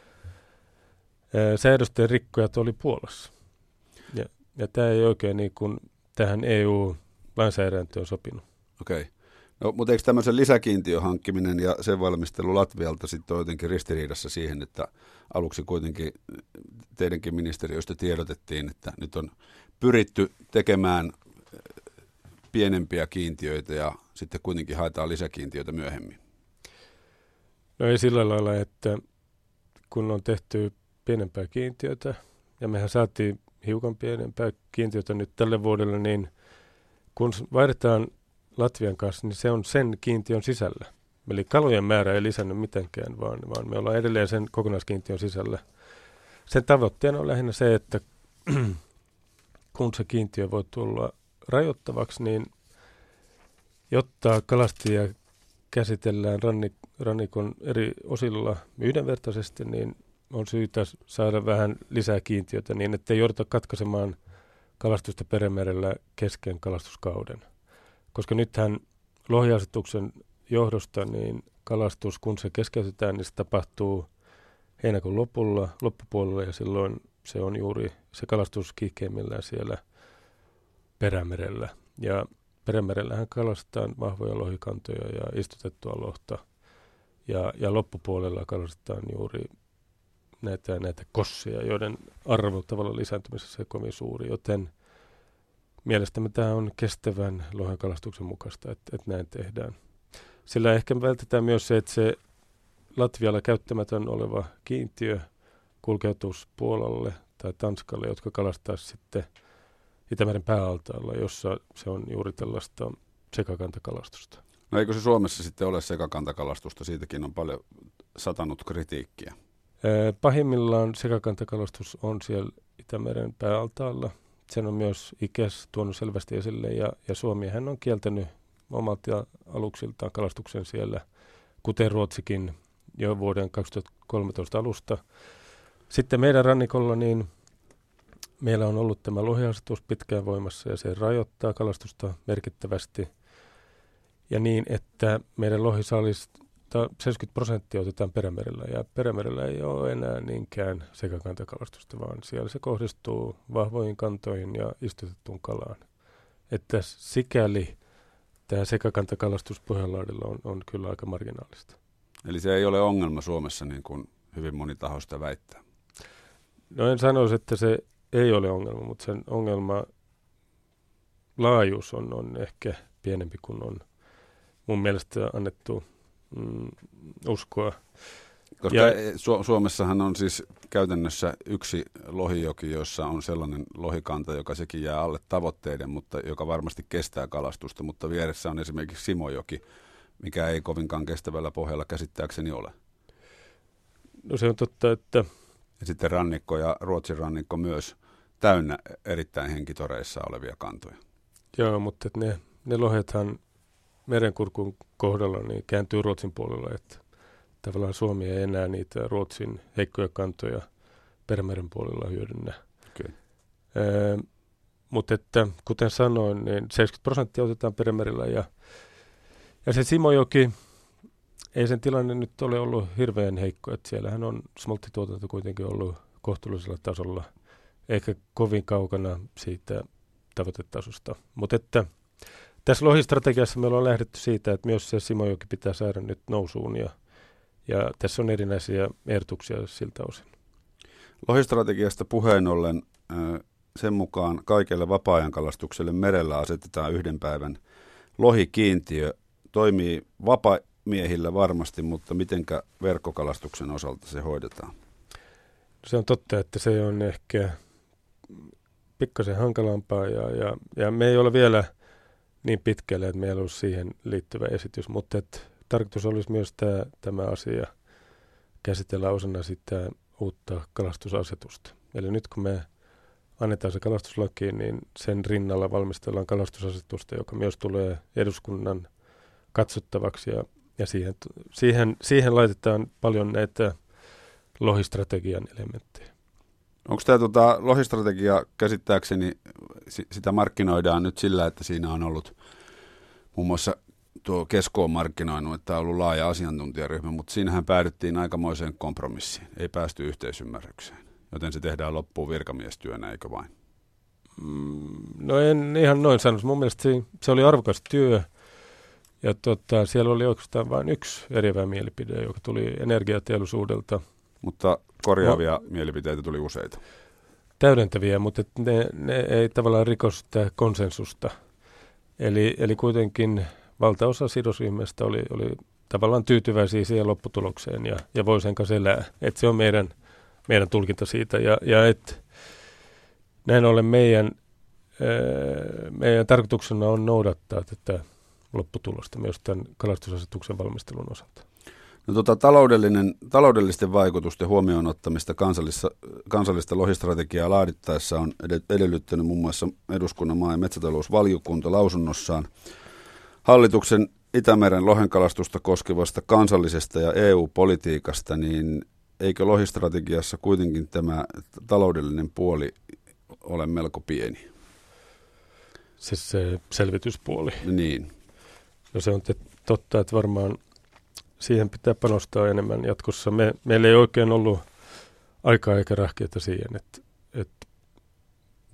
säädösten rikkojat oli Puolassa. Ja tämä ei oikein niin kuin tähän EU-lainsäädäntöön sopinut. Okei. No, mutta eikö tämmöisen lisäkiintiön hankkiminen ja sen valmistelu Latvialta sitten on jotenkin ristiriidassa siihen, että aluksi kuitenkin teidänkin ministeriöstä tiedotettiin, että nyt on pyritty tekemään pienempiä kiintiöitä ja sitten kuitenkin haetaan lisäkiintiöitä myöhemmin? No ei sillä lailla, että kun on tehty pienempää kiintiötä ja mehän saatiin hiukan pienempää kiintiötä nyt tälle vuodelle, niin kun vaihdetaan Latvian kanssa, niin se on sen kiintiön sisällä. Eli kalojen määrä ei lisännyt mitenkään, vaan me ollaan edelleen sen kokonaiskiintiön sisällä. Sen tavoitteena on lähinnä se, että kun se kiintiö voi tulla rajoittavaksi, niin jotta kalastajia käsitellään rannikon eri osilla yhdenvertaisesti, niin on syytä saada vähän lisää kiintiötä niin, että ei jouduta katkaisemaan kalastusta Perämerellä kesken kalastuskauden. Koska nythän lohiasetuksen johdosta niin kalastus, kun se keskeytetään, niin se tapahtuu heinäkuun loppupuolella ja silloin se on juuri se kalastus kiihkeimmillään siellä Perämerellä. Ja Perämerellähän kalastetaan vahvoja lohikantoja ja istutettua lohta. Ja loppupuolella kalastetaan juuri näitä kossia, joiden arvo tavallaan lisääntymisessä on kovin suuri, joten mielestäni tämä on kestävän lohenkalastuksen mukaista, että näin tehdään. Sillä ehkä vältetään myös se, että se Latvialla käyttämätön oleva kiintiö kulkeutuisi Puolalle tai Tanskalle, jotka kalastaisi sitten Itämeren pääaltaalla, jossa se on juuri tällaista sekakantakalastusta. No eikö se Suomessa sitten ole sekakantakalastusta? Siitäkin on paljon satanut kritiikkiä. Pahimmillaan sekakantakalastus on siellä Itämeren pääaltaalla. Sen on myös IKES tuonut selvästi esille ja Suomihan on kieltänyt omalta aluksiltaan kalastuksen siellä, kuten Ruotsikin jo vuoden 2013 alusta. Sitten meidän rannikolla niin meillä on ollut tämä lohiasetus pitkään voimassa ja se rajoittaa kalastusta merkittävästi. Ja niin, että meidän lohisaalista 70% otetaan Perämerellä ja Perämerellä ei ole enää niinkään sekakantakalastusta, vaan siellä se kohdistuu vahvoihin kantoihin ja istutettuun kalaan. Että sikäli tämä sekakantakalastus Pohjanlahdella on kyllä aika marginaalista. Eli se ei ole ongelma Suomessa, niin kuin hyvin moni taho sitä väittää. No en sanoisi, että se ei ole ongelma, mutta sen ongelma laajuus on ehkä pienempi kuin on mun mielestä annettu uskoa. Koska Suomessahan on siis käytännössä yksi lohijoki, jossa on sellainen lohikanta, joka sekin jää alle tavoitteiden, mutta joka varmasti kestää kalastusta, mutta vieressä on esimerkiksi Simojoki, mikä ei kovinkaan kestävällä pohjalla käsittääkseni ole. No se on totta, että... Ja sitten rannikko ja Ruotsin rannikko myös täynnä erittäin henkitoreissa olevia kantoja. Joo, mutta ne lohethan merenkurkun kohdalla niin kääntyy Ruotsin puolella, että tavallaan Suomi ei enää niitä Ruotsin heikkoja kantoja Perämeren puolella hyödynnä. Okay. Mutta että kuten sanoin, niin 70% otetaan Perämerellä ja se Simojoki, ei sen tilanne nyt ole ollut hirveän heikko, että siellähän on smolttituotanto kuitenkin ollut kohtuullisella tasolla, eikä kovin kaukana siitä tavoitetasosta. Mutta että tässä lohistrategiassa me ollaan lähdetty siitä, että myös se Simojoki pitää saada nyt nousuun ja tässä on erinäisiä ehdotuksia siltä osin. Lohistrategiasta puheen ollen sen mukaan kaikelle vapaa-ajankalastukselle merellä asetetaan 1 päivän lohikiintiö. Toimii vapamiehillä varmasti, mutta mitenkä verkkokalastuksen osalta se hoidetaan? Se on totta, että se on ehkä pikkasen hankalampaa ja me ei ole vielä niin pitkälle, että meillä olisi siihen liittyvä esitys, mutta tarkoitus olisi myös tämä asia käsitellä osana sitä uutta kalastusasetusta. Eli nyt kun me annetaan se kalastuslaki, niin sen rinnalla valmistellaan kalastusasetusta, joka myös tulee eduskunnan katsottavaksi ja siihen laitetaan paljon näitä lohistrategian elementtejä. Onko tämä lohistrategia käsittääkseni, sitä markkinoidaan nyt sillä, että siinä on ollut muun muassa tuo Kesko on markkinoinut, että on ollut laaja asiantuntijaryhmä, mutta siinähän päädyttiin aikamoiseen kompromissiin, ei päästy yhteisymmärrykseen, joten se tehdään loppuun virkamiestyönä, eikö vain? No en ihan noin sanoisi. Mun mielestä se oli arvokas työ ja siellä oli oikeastaan vain yksi eriävä mielipide, joka tuli energiateollisuudelta. Mutta korjaavia mielipiteitä tuli useita. Täydentäviä, mutta ne ei tavallaan riko sitä konsensusta. Eli kuitenkin valtaosa sidosryhmästä oli tavallaan tyytyväisiä siihen lopputulokseen ja voi sen kanssa elää. Että se on meidän tulkinta siitä ja että näin ollen meidän tarkoituksena on noudattaa tätä lopputulosta myös tämän kalastusasetuksen valmistelun osalta. No taloudellisten vaikutusten huomioon ottamista kansallista lohistrategiaa laadittaessa on edellyttänyt muun muassa eduskunnan maa- ja metsätalousvaliokunta lausunnossaan hallituksen Itämeren lohenkalastusta koskevasta kansallisesta ja EU-politiikasta, niin eikö lohistrategiassa kuitenkin tämä taloudellinen puoli ole melko pieni? Siis se selvityspuoli. Niin. No se on totta, että varmaan siihen pitää panostaa enemmän jatkossa. Meillä ei oikein ollut aikaa eikä rahkeita siihen, että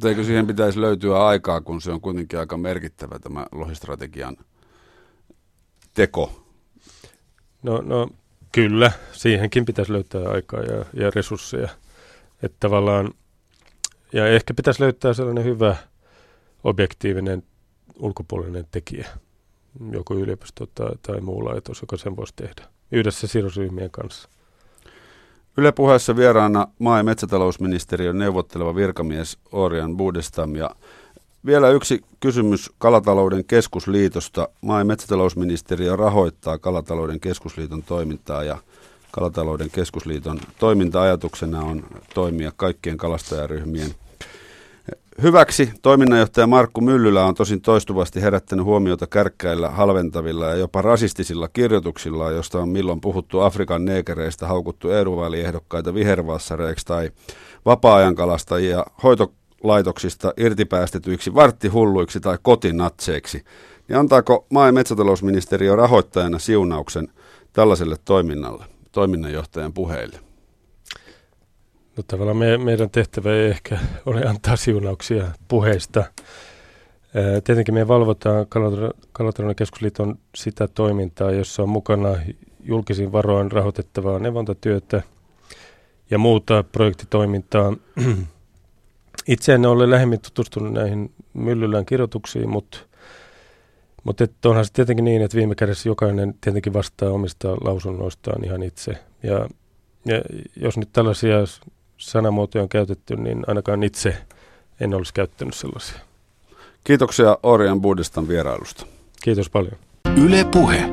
Mutta eikö siihen pitäisi löytyä aikaa, kun se on kuitenkin aika merkittävä tämä lohistrategian teko? No kyllä, siihenkin pitäisi löytää aikaa ja resursseja. Että tavallaan, ja ehkä pitäisi löytää sellainen hyvä objektiivinen ulkopuolinen tekijä, joku yliopisto tai muu laitos, joka sen voisi tehdä yhdessä sidosryhmien kanssa. Yle Puheessa vieraana maa- ja metsätalousministeriön neuvotteleva virkamies Orian Budestam. Ja vielä yksi kysymys Kalatalouden keskusliitosta. Maa- ja metsätalousministeriö rahoittaa Kalatalouden keskusliiton toimintaa ja Kalatalouden keskusliiton toiminta-ajatuksena on toimia kaikkien kalastajaryhmien hyväksi. Toiminnanjohtaja Markku Myllylä on tosin toistuvasti herättänyt huomiota kärkkäillä, halventavilla ja jopa rasistisilla kirjoituksilla, josta on milloin puhuttu Afrikan neekereistä, haukuttu edunvaaliehdokkaita vihervassareiksi tai vapaa-ajankalastajia hoitolaitoksista irtipäästetyiksi varttihulluiksi tai kotinatseiksi. Niin antaako maa- ja metsätalousministeriö rahoittajana siunauksen tällaiselle toiminnalle, toiminnanjohtajan puheille? No tavallaan meidän tehtävä ei ehkä ole antaa siunauksia puheista. Tietenkin me valvotaan Kalatalouden keskusliiton sitä toimintaa, jossa on mukana julkisin varoin rahoitettavaa neuvontatyötä ja muuta projektitoimintaa. Itse en ole lähemmin tutustunut näihin Myllylän kirjoituksiin, mutta onhan se tietenkin niin, että viime kädessä jokainen tietenkin vastaa omista lausunnoistaan ihan itse. Ja jos nyt tällaisia sanamuotoja on käytetty, niin ainakaan itse en olisi käyttänyt sellaisia. Kiitoksia Orian Budestam vierailusta. Kiitos paljon. Yle Puhe.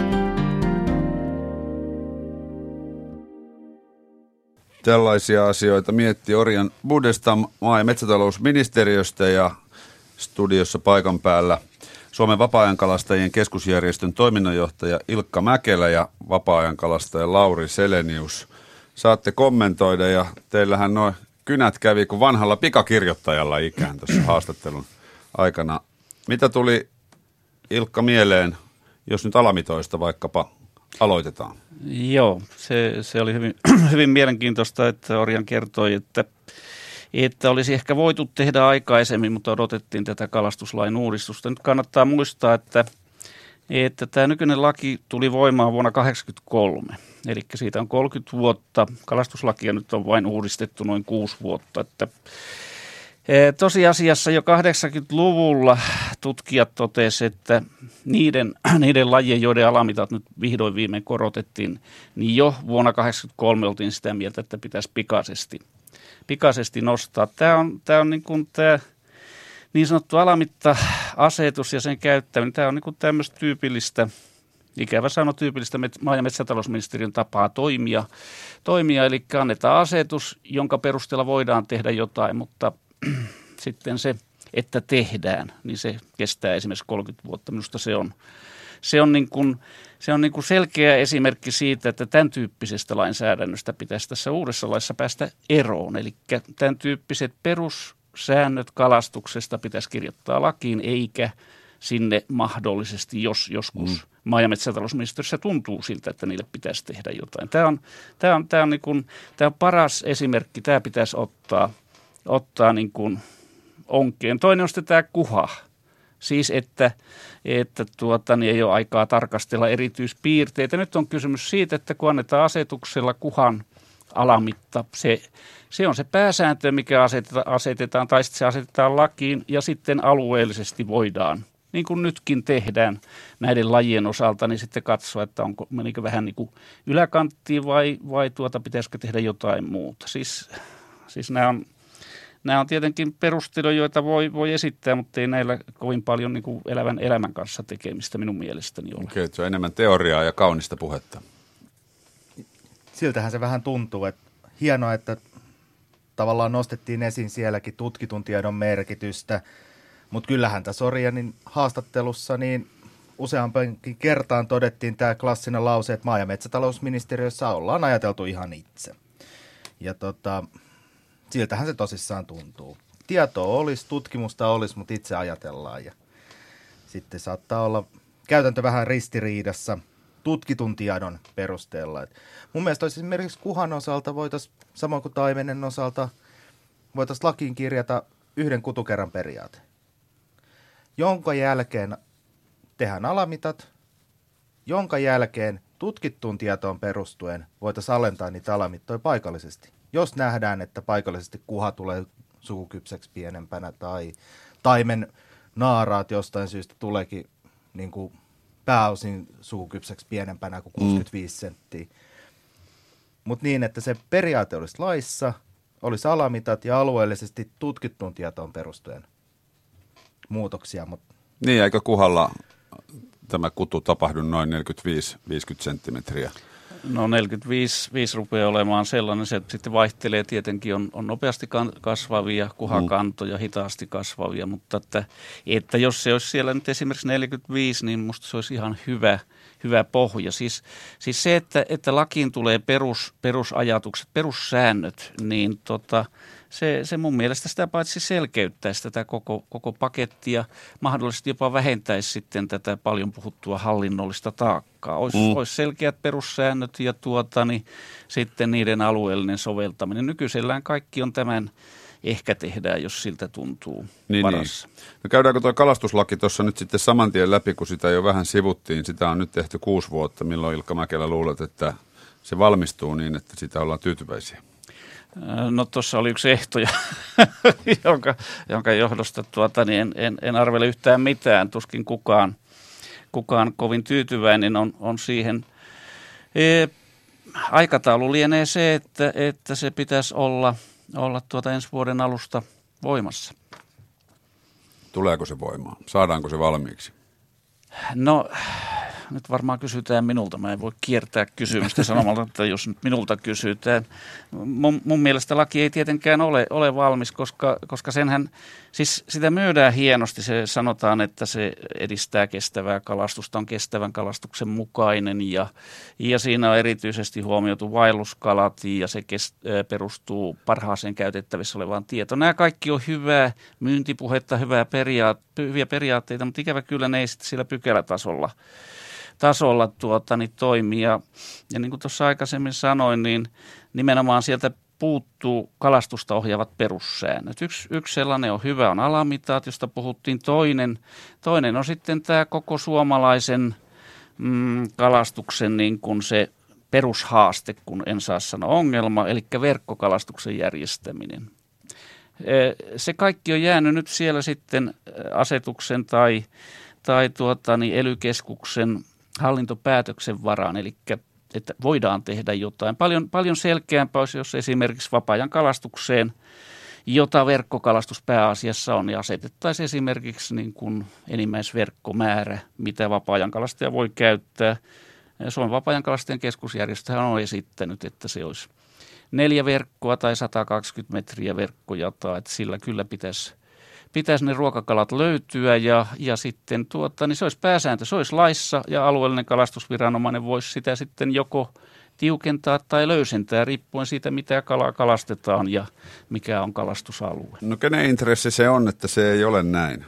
Tällaisia asioita mietti Orian Budestam maa- ja metsätalousministeriöstä ja studiossa paikan päällä Suomen vapaa-ajankalastajien keskusjärjestön toiminnanjohtaja Ilkka Mäkelä ja vapaa-ajankalastaja Lauri Selenius. Saatte kommentoida ja teillähän nuo kynät kävi kuin vanhalla pikakirjoittajalla ikään tuossa haastattelun aikana. Mitä tuli Ilkka mieleen, jos nyt alamitoista vaikkapa aloitetaan? Joo, se oli hyvin, hyvin mielenkiintoista, että Orian kertoi, että olisi ehkä voitu tehdä aikaisemmin, mutta odotettiin tätä kalastuslain uudistusta. Nyt kannattaa muistaa, että tämä nykyinen laki tuli voimaan vuonna 1983, eli siitä on 30 vuotta. Kalastuslakia nyt on vain uudistettu noin 6 vuotta. Että tosiasiassa jo 80-luvulla tutkijat totesivat, että niiden lajien, joiden alamitat nyt vihdoin viimein korotettiin, niin jo vuonna 1983 oltiin sitä mieltä, että pitäisi pikaisesti nostaa. Tämä on niin sanottu alamitta-asetus ja sen käyttäminen, tämä on niin kuin tämmöistä tyypillistä, ikävä sanoa tyypillistä maa- ja metsätalousministeriön tapaa toimia, eli annetaan asetus, jonka perusteella voidaan tehdä jotain, mutta sitten se, että tehdään, niin se kestää esimerkiksi 30 vuotta. Minusta se on niin kuin selkeä esimerkki siitä, että tämän tyyppisestä lainsäädännöstä pitäisi tässä uudessa laissa päästä eroon. Eli tämän tyyppiset perussäännöt kalastuksesta pitäisi kirjoittaa lakiin, eikä sinne mahdollisesti, jos joskus maa- ja metsätalousministeriössä tuntuu siltä, että niille pitäisi tehdä jotain. Tämä on paras esimerkki, tämä pitäisi ottaa niin kuin onkeen. Toinen on sitten tämä kuha. Siis, että ei ole aikaa tarkastella erityispiirteitä. Nyt on kysymys siitä, että kun annetaan asetuksella kuhan alamitta, se on se pääsääntö, mikä asetetaan, tai sitten se asetetaan lakiin, ja sitten alueellisesti voidaan, niin kuin nytkin tehdään näiden lajien osalta, niin sitten katsoa, että onko menikö vähän niin kuin yläkanttiin vai pitäisikö tehdä jotain muuta. Siis nämä on tietenkin perusteluja, joita voi esittää, mutta ei näillä kovin paljon niin kuin elävän elämän kanssa tekemistä minun mielestäni ole. Okei, se on enemmän teoriaa ja kaunista puhetta. Siltähän se vähän tuntuu, että hienoa, että tavallaan nostettiin esiin sielläkin tutkitun tiedon merkitystä, mutta kyllähän tässä Orianin haastattelussa niin useampankin kertaan todettiin tämä klassinen lause, että maa- ja metsätalousministeriössä ollaan ajateltu ihan itse. Ja siltähän se tosissaan tuntuu. Tietoa olisi, tutkimusta olisi, mutta itse ajatellaan. Ja sitten saattaa olla käytäntö vähän ristiriidassa tutkitun tiedon perusteella. Mun mielestä olisi esimerkiksi kuhan osalta samoin kuin taimenen osalta, voitaisiin lakiin kirjata yhden kutukerran periaate, jonka jälkeen tehdään alamitat, jonka jälkeen tutkittuun tietoon perustuen voitaisiin alentaa niitä alamittoja paikallisesti. Jos nähdään, että paikallisesti kuha tulee sukukypsäksi pienempänä tai taimen naaraat jostain syystä tuleekin niin kuin pääosin sukukypsäksi pienempänä kuin 65 senttiä. Mutta niin, että se periaate olisi laissa, olisi alamitat ja alueellisesti tutkittuun tietoon perustuen muutoksia. Niin, eikö kuhalla tämä kutu tapahdu noin 45-50 senttimetriä? No 45 rupeaa olemaan sellainen, se sitten vaihtelee tietenkin, on nopeasti kasvavia kuhakantoja, hitaasti kasvavia, mutta että jos se olisi siellä nyt esimerkiksi 45, niin musta se olisi ihan hyvä pohja. Siis se, että lakiin tulee perusajatukset, perussäännöt, niin se mun mielestä sitä paitsi selkeyttäisi tätä koko pakettia, mahdollisesti jopa vähentäisi sitten tätä paljon puhuttua hallinnollista taakkaa. Olisi selkeät perussäännöt ja sitten niiden alueellinen soveltaminen. Nykyisellään kaikki on tämän ehkä tehdään, jos siltä tuntuu varassa. Niin. No käydäänkö tuo kalastuslaki tuossa nyt sitten saman tien läpi, kun sitä jo vähän sivuttiin. Sitä on nyt tehty 6 vuotta. Milloin Ilkka Mäkelä luulet, että se valmistuu niin, että sitä ollaan tyytyväisiä? No tuossa oli yksi ehto, jonka johdosta niin en arvele yhtään mitään. Tuskin kukaan kovin tyytyväinen on siihen. Aikataulu lienee se, että se pitäisi olla ensi vuoden alusta voimassa. Tuleeko se voimaan? Saadaanko se valmiiksi? No nyt varmaan kysytään minulta. Mä en voi kiertää kysymystä sanomalla, että jos nyt minulta kysytään. Mun mielestä laki ei tietenkään ole valmis, koska senhän, siis sitä myydään hienosti. Se sanotaan, että se edistää kestävää kalastusta, on kestävän kalastuksen mukainen ja siinä on erityisesti huomioitu vaelluskalat ja se perustuu parhaaseen käytettävissä olevaan tietoon. Nämä kaikki on hyvää myyntipuhetta, hyviä periaatteita, mutta ikävä kyllä ne ei sitten sillä pykälätasolla toimii. Ja niin kuin tuossa aikaisemmin sanoin, niin nimenomaan sieltä puuttuu kalastusta ohjaavat perussäännöt. Yksi sellainen on hyvä, on alamitat, josta puhuttiin. Toinen on sitten tämä koko suomalaisen kalastuksen niin kuin se perushaaste, kun en saa sanoa ongelma, eli verkkokalastuksen järjestäminen. Se kaikki on jäänyt nyt siellä sitten asetuksen tai ELY-keskuksen hallintopäätöksen varaan, eli että voidaan tehdä jotain. Paljon selkeämpää olisi, jos esimerkiksi vapaa-ajan kalastukseen, jota verkkokalastus pääasiassa on, ja asetettaisiin esimerkiksi niin kuin enimmäisverkkomäärä, mitä vapaa-ajan kalastaja voi käyttää. Suomen vapaa-ajan kalastajien keskusjärjestö on esittänyt, että se olisi 4 verkkoa tai 120 metriä verkkojataa, että sillä kyllä pitäisi ne ruokakalat löytyä ja sitten niin se olisi pääsääntö, se olisi laissa ja alueellinen kalastusviranomainen voisi sitä sitten joko tiukentaa tai löysentää riippuen siitä, mitä kalaa kalastetaan ja mikä on kalastusalue. No kenen intressi se on, että se ei ole näin?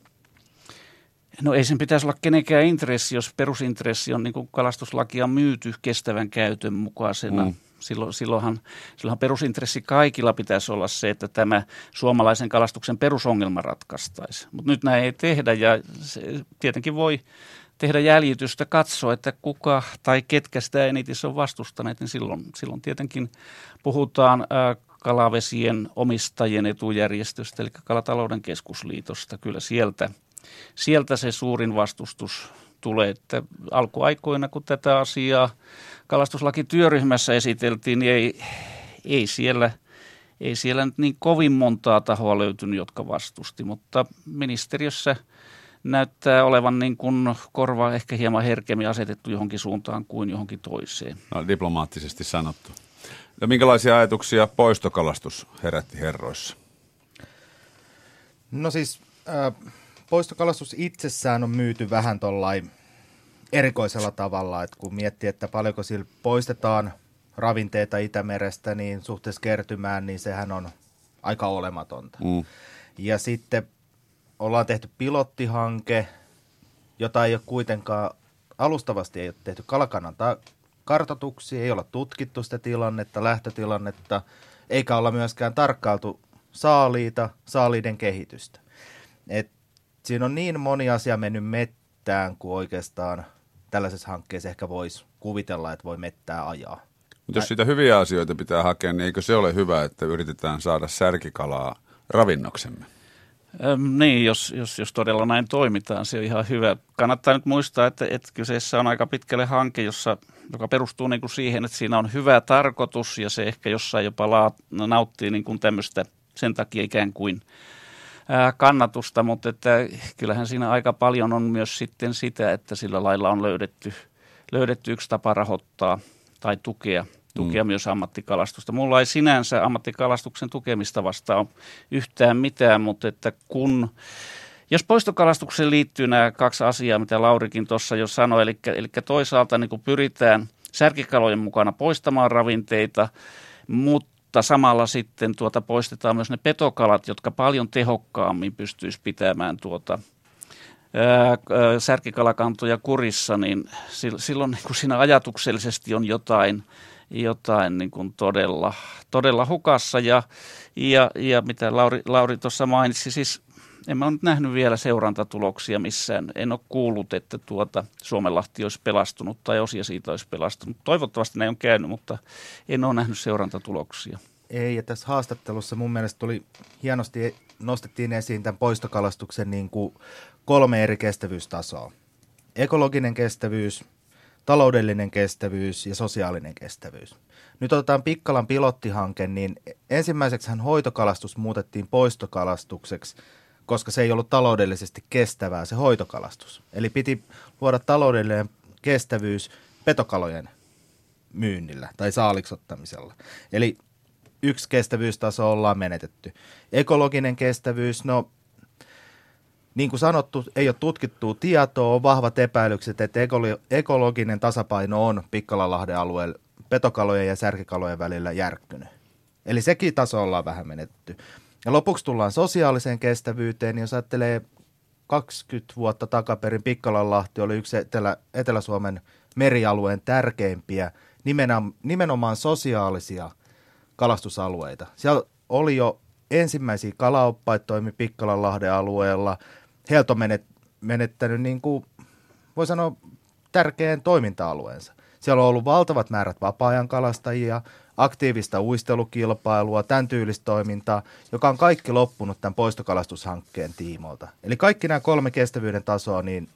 No ei sen pitäisi olla kenenkään intressi, jos perusintressi on niin kuin kalastuslakia myyty kestävän käytön mukaisena. Silloinhan perusintressi kaikilla pitäisi olla se, että tämä suomalaisen kalastuksen perusongelma ratkaistaisi. Mutta nyt näin ei tehdä ja se tietenkin voi tehdä jäljitystä, katsoa, että kuka tai ketkä sitä eniten on vastustaneet, niin silloin tietenkin puhutaan kalavesien omistajien etujärjestöstä, eli Kalatalouden keskusliitosta. Kyllä sieltä se suurin vastustus tulee, että alkuaikoina, kun tätä asiaa kalastuslakityöryhmässä esiteltiin, niin ei siellä nyt niin kovin montaa tahoa löytynyt, jotka vastusti, mutta ministeriössä näyttää olevan niin kuin korva ehkä hieman herkemmin asetettu johonkin suuntaan kuin johonkin toiseen. No, diplomaattisesti sanottu. Ja minkälaisia ajatuksia poistokalastus herätti herroissa? No siis poistokalastus itsessään on myyty vähän tollain erikoisella tavalla, että kun miettii, että paljonko sillä poistetaan ravinteita Itämerestä, niin suhteessa kertymään, niin sehän on aika olematonta. Ja sitten ollaan tehty pilottihanke, jota ei ole kuitenkaan, alustavasti ei ole tehty kalakannan kartoituksia, ei olla tutkittu sitä tilannetta, lähtötilannetta, eikä olla myöskään tarkkailtu saaliita, saaliiden kehitystä. Et siinä on niin moni asia mennyt mettään, kuin oikeastaan tällaisessa hankkeessa ehkä voisi kuvitella, että voi mettää ajaa. Mutta jos sitä hyviä asioita pitää hakea, niin eikö se ole hyvä, että yritetään saada särkikalaa ravinnoksemme? Niin, jos todella näin toimitaan, se on ihan hyvä. Kannattaa nyt muistaa, että kyseessä on aika pitkälle hanke, joka perustuu niin kuin siihen, että siinä on hyvä tarkoitus ja se ehkä jossain jopa nauttii niin kuin tämmöistä sen takia ikään kuin kannatusta, mutta että kyllähän siinä aika paljon on myös sitten sitä, että sillä lailla on löydetty yksi tapa rahoittaa tai tukea myös ammattikalastusta. Mulla ei sinänsä ammattikalastuksen tukemista vastaan yhtään mitään, mutta että jos poistokalastukseen liittyy nämä kaksi asiaa, mitä Laurikin tuossa jo sanoi, eli toisaalta niin kuin pyritään särkikalojen mukana poistamaan ravinteita, mutta samalla sitten poistetaan myös ne petokalat, jotka paljon tehokkaammin pystyisi pitämään särkikalakantoja kurissa, niin silloin niin kuin siinä ajatuksellisesti on jotain niin kuin todella hukassa ja mitä Lauri tuossa mainitsi, siis en mä ole nyt nähnyt vielä seurantatuloksia missään. En ole kuullut, että Suomenlahti olisi pelastunut tai osia siitä olisi pelastunut. Toivottavasti näin on käynyt, mutta en ole nähnyt seurantatuloksia. Ei, ja tässä haastattelussa mun mielestä hienosti nostettiin esiin tämän poistokalastuksen niin kuin 3 eri kestävyystasoa. Ekologinen kestävyys, taloudellinen kestävyys ja sosiaalinen kestävyys. Nyt otetaan Pikkalan pilottihanke, niin ensimmäiseksihän hoitokalastus muutettiin poistokalastukseksi, koska se ei ollut taloudellisesti kestävää se hoitokalastus. Eli piti luoda taloudellinen kestävyys petokalojen myynnillä tai saaliksottamisella. Eli yksi kestävyystaso ollaan menetetty. Ekologinen kestävyys, no niin kuin sanottu, ei ole tutkittua tietoa, on vahvat epäilykset, että ekologinen tasapaino on Pikkalanlahden alueella petokalojen ja särkikalojen välillä järkkynyt. Eli sekin taso ollaan vähän menetetty. Ja lopuksi tullaan sosiaaliseen kestävyyteen, jos ajattelee 20 vuotta takaperin Pikkalanlahti oli yksi Etelä-Suomen merialueen tärkeimpiä nimenomaan sosiaalisia kalastusalueita. Siellä oli jo ensimmäisiä kalaoppaita toimi Pikkalanlahden alueella. Heiltä on menettänyt, niin kuin voi sanoa, tärkeän toiminta-alueensa. Siellä on ollut valtavat määrät vapaa-ajan kalastajia, aktiivista uistelukilpailua, tämän tyylistä toimintaa, joka on kaikki loppunut tämän poistokalastushankkeen tiimoilta. Eli kaikki nämä 3 kestävyyden tasoa niin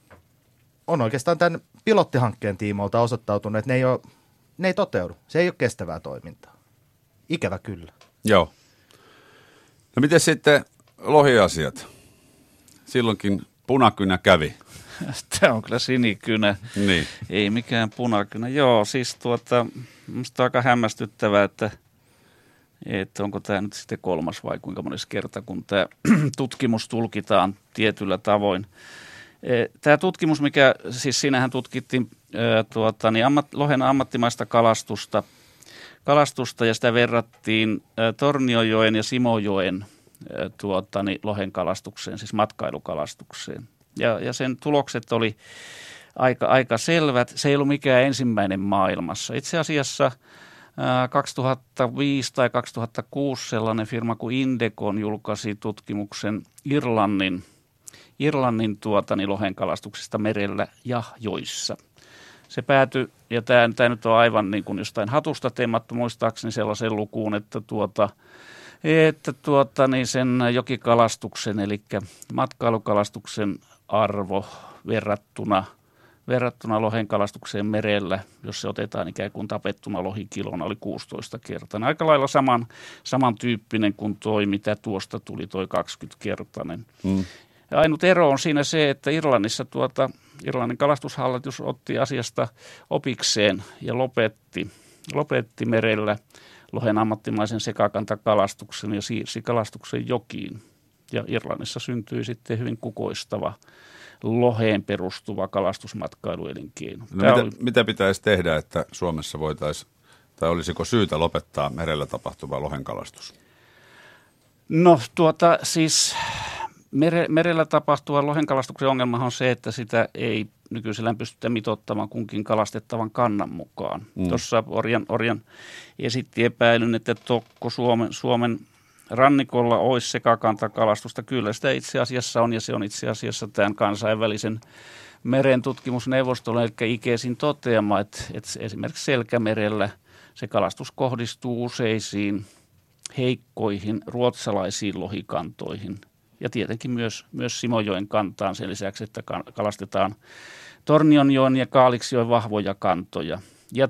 on oikeastaan tämän pilottihankkeen tiimoilta osoittautunut, että ne ei toteudu. Se ei ole kestävää toimintaa. Ikävä kyllä. Joo. No miten sitten lohiasiat? Silloinkin punakynä kävi. Tämä on kyllä sinikynä, niin. Ei mikään punakynä. Joo, siis minusta on aika hämmästyttävää, että onko tämä nyt sitten 3. vai kuinka monessa kerta, kun tämä tutkimus tulkitaan tietyllä tavoin. Tämä tutkimus, siis siinähän tutkittiin lohen ammattimaista kalastusta ja sitä verrattiin Tornionjoen ja Simojoen lohen kalastukseen, siis matkailukalastukseen. Ja sen tulokset oli aika selvät. Se ei ollut mikään ensimmäinen maailmassa. Itse asiassa 2005 tai 2006 sellainen firma kuin Indecon julkaisi tutkimuksen Irlannin lohen kalastuksesta merellä ja joissa. Se päätyi, ja tämä nyt on aivan niin kuin jostain hatusta teemattu muistaakseni sellaisen lukuun, että sen jokikalastuksen, eli matkailukalastuksen arvo verrattuna lohen kalastukseen merellä, jos se otetaan ikään kuin tapettuna lohikilona, oli 16 kertaa. Aika lailla samantyyppinen kuin mitä tuosta tuli, toi 20-kertainen. Ja ainut ero on siinä se, että Irlannissa Irlannin kalastushallitus otti asiasta opikseen ja lopetti merellä lohen ammattimaisen sekakantakalastuksen ja siirsi kalastuksen jokiin. Ja Irlannissa syntyi sitten hyvin kukoistava loheen perustuva kalastusmatkailuelinkeino. Mitä pitäisi tehdä, että Suomessa voitaisiin, tai olisiko syytä lopettaa merellä tapahtuva lohenkalastus? No siis merellä tapahtuva lohenkalastuksen ongelma on se, että sitä ei nykyisellään pystytä mitoittamaan kunkin kalastettavan kannan mukaan. Tuossa Orjan esitti epäilyn, että Tokko Suomen rannikolla olisi sekakantakalastusta. Kyllä sitä itse asiassa on, ja se on itse asiassa tämän kansainvälisen merentutkimusneuvoston, eli ICESin toteama, että esimerkiksi Selkämerellä se kalastus kohdistuu useisiin heikkoihin ruotsalaisiin lohikantoihin ja tietenkin myös Simojoen kantaan sen lisäksi, että kalastetaan Tornionjoen ja Kaaliksijoen vahvoja kantoja. Ja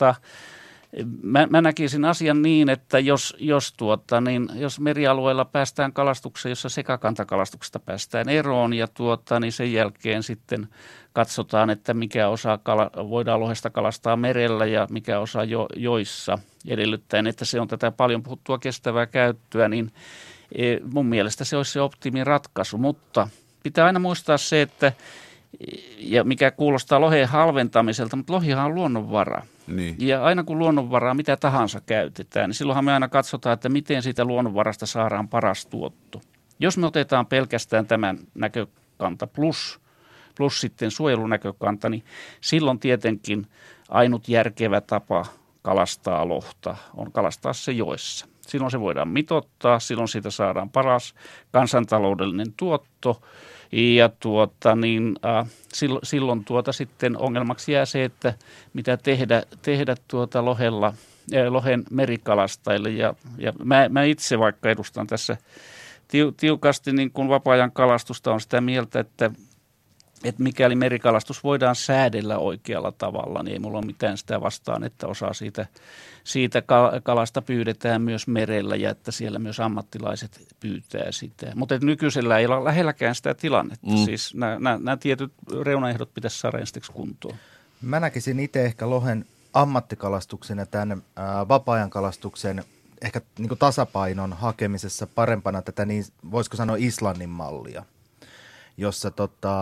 mä näkisin asian niin, että jos merialueella päästään kalastukseen, jossa sekakantakalastuksesta päästään eroon ja niin sen jälkeen sitten katsotaan, että mikä osa voidaan lohesta kalastaa merellä ja mikä osa joissa, edellyttäen, että se on tätä paljon puhuttua kestävää käyttöä, niin mun mielestä se olisi se optimiratkaisu, mutta pitää aina muistaa se, että ja mikä kuulostaa lohen halventamiselta, mutta lohihan on luonnonvara. Niin. Ja aina kun luonnonvaraa mitä tahansa käytetään, niin silloinhan me aina katsotaan, että miten siitä luonnonvarasta saadaan paras tuotto. Jos me otetaan pelkästään tämän näkökanta plus sitten suojelunäkökanta, niin silloin tietenkin ainut järkevä tapa kalastaa lohta on kalastaa se joessa. Silloin se voidaan mitoittaa, silloin siitä saadaan paras kansantaloudellinen tuotto. Ja silloin sitten ongelmaksi jää se, että mitä tehdä lohen merikalastajille. Ja mä itse vaikka edustan tässä tiukasti niin kuin vapaa-ajan kalastusta on sitä mieltä, että mikäli merikalastus voidaan säädellä oikealla tavalla, niin ei mulla ole mitään sitä vastaan, että osa siitä kalasta pyydetään myös merellä ja että siellä myös ammattilaiset pyytää sitä. Mutta nykyisellä ei ole lähelläkään sitä tilannetta. Siis nämä tietyt reunaehdot pitäisi saada ensiksi kuntoon. Mä näkisin itse ehkä lohen ammattikalastuksen ja tämän vapaa-ajan kalastuksen ehkä niin kuin tasapainon hakemisessa parempana tätä, niin voisiko sanoa Islannin mallia, jossa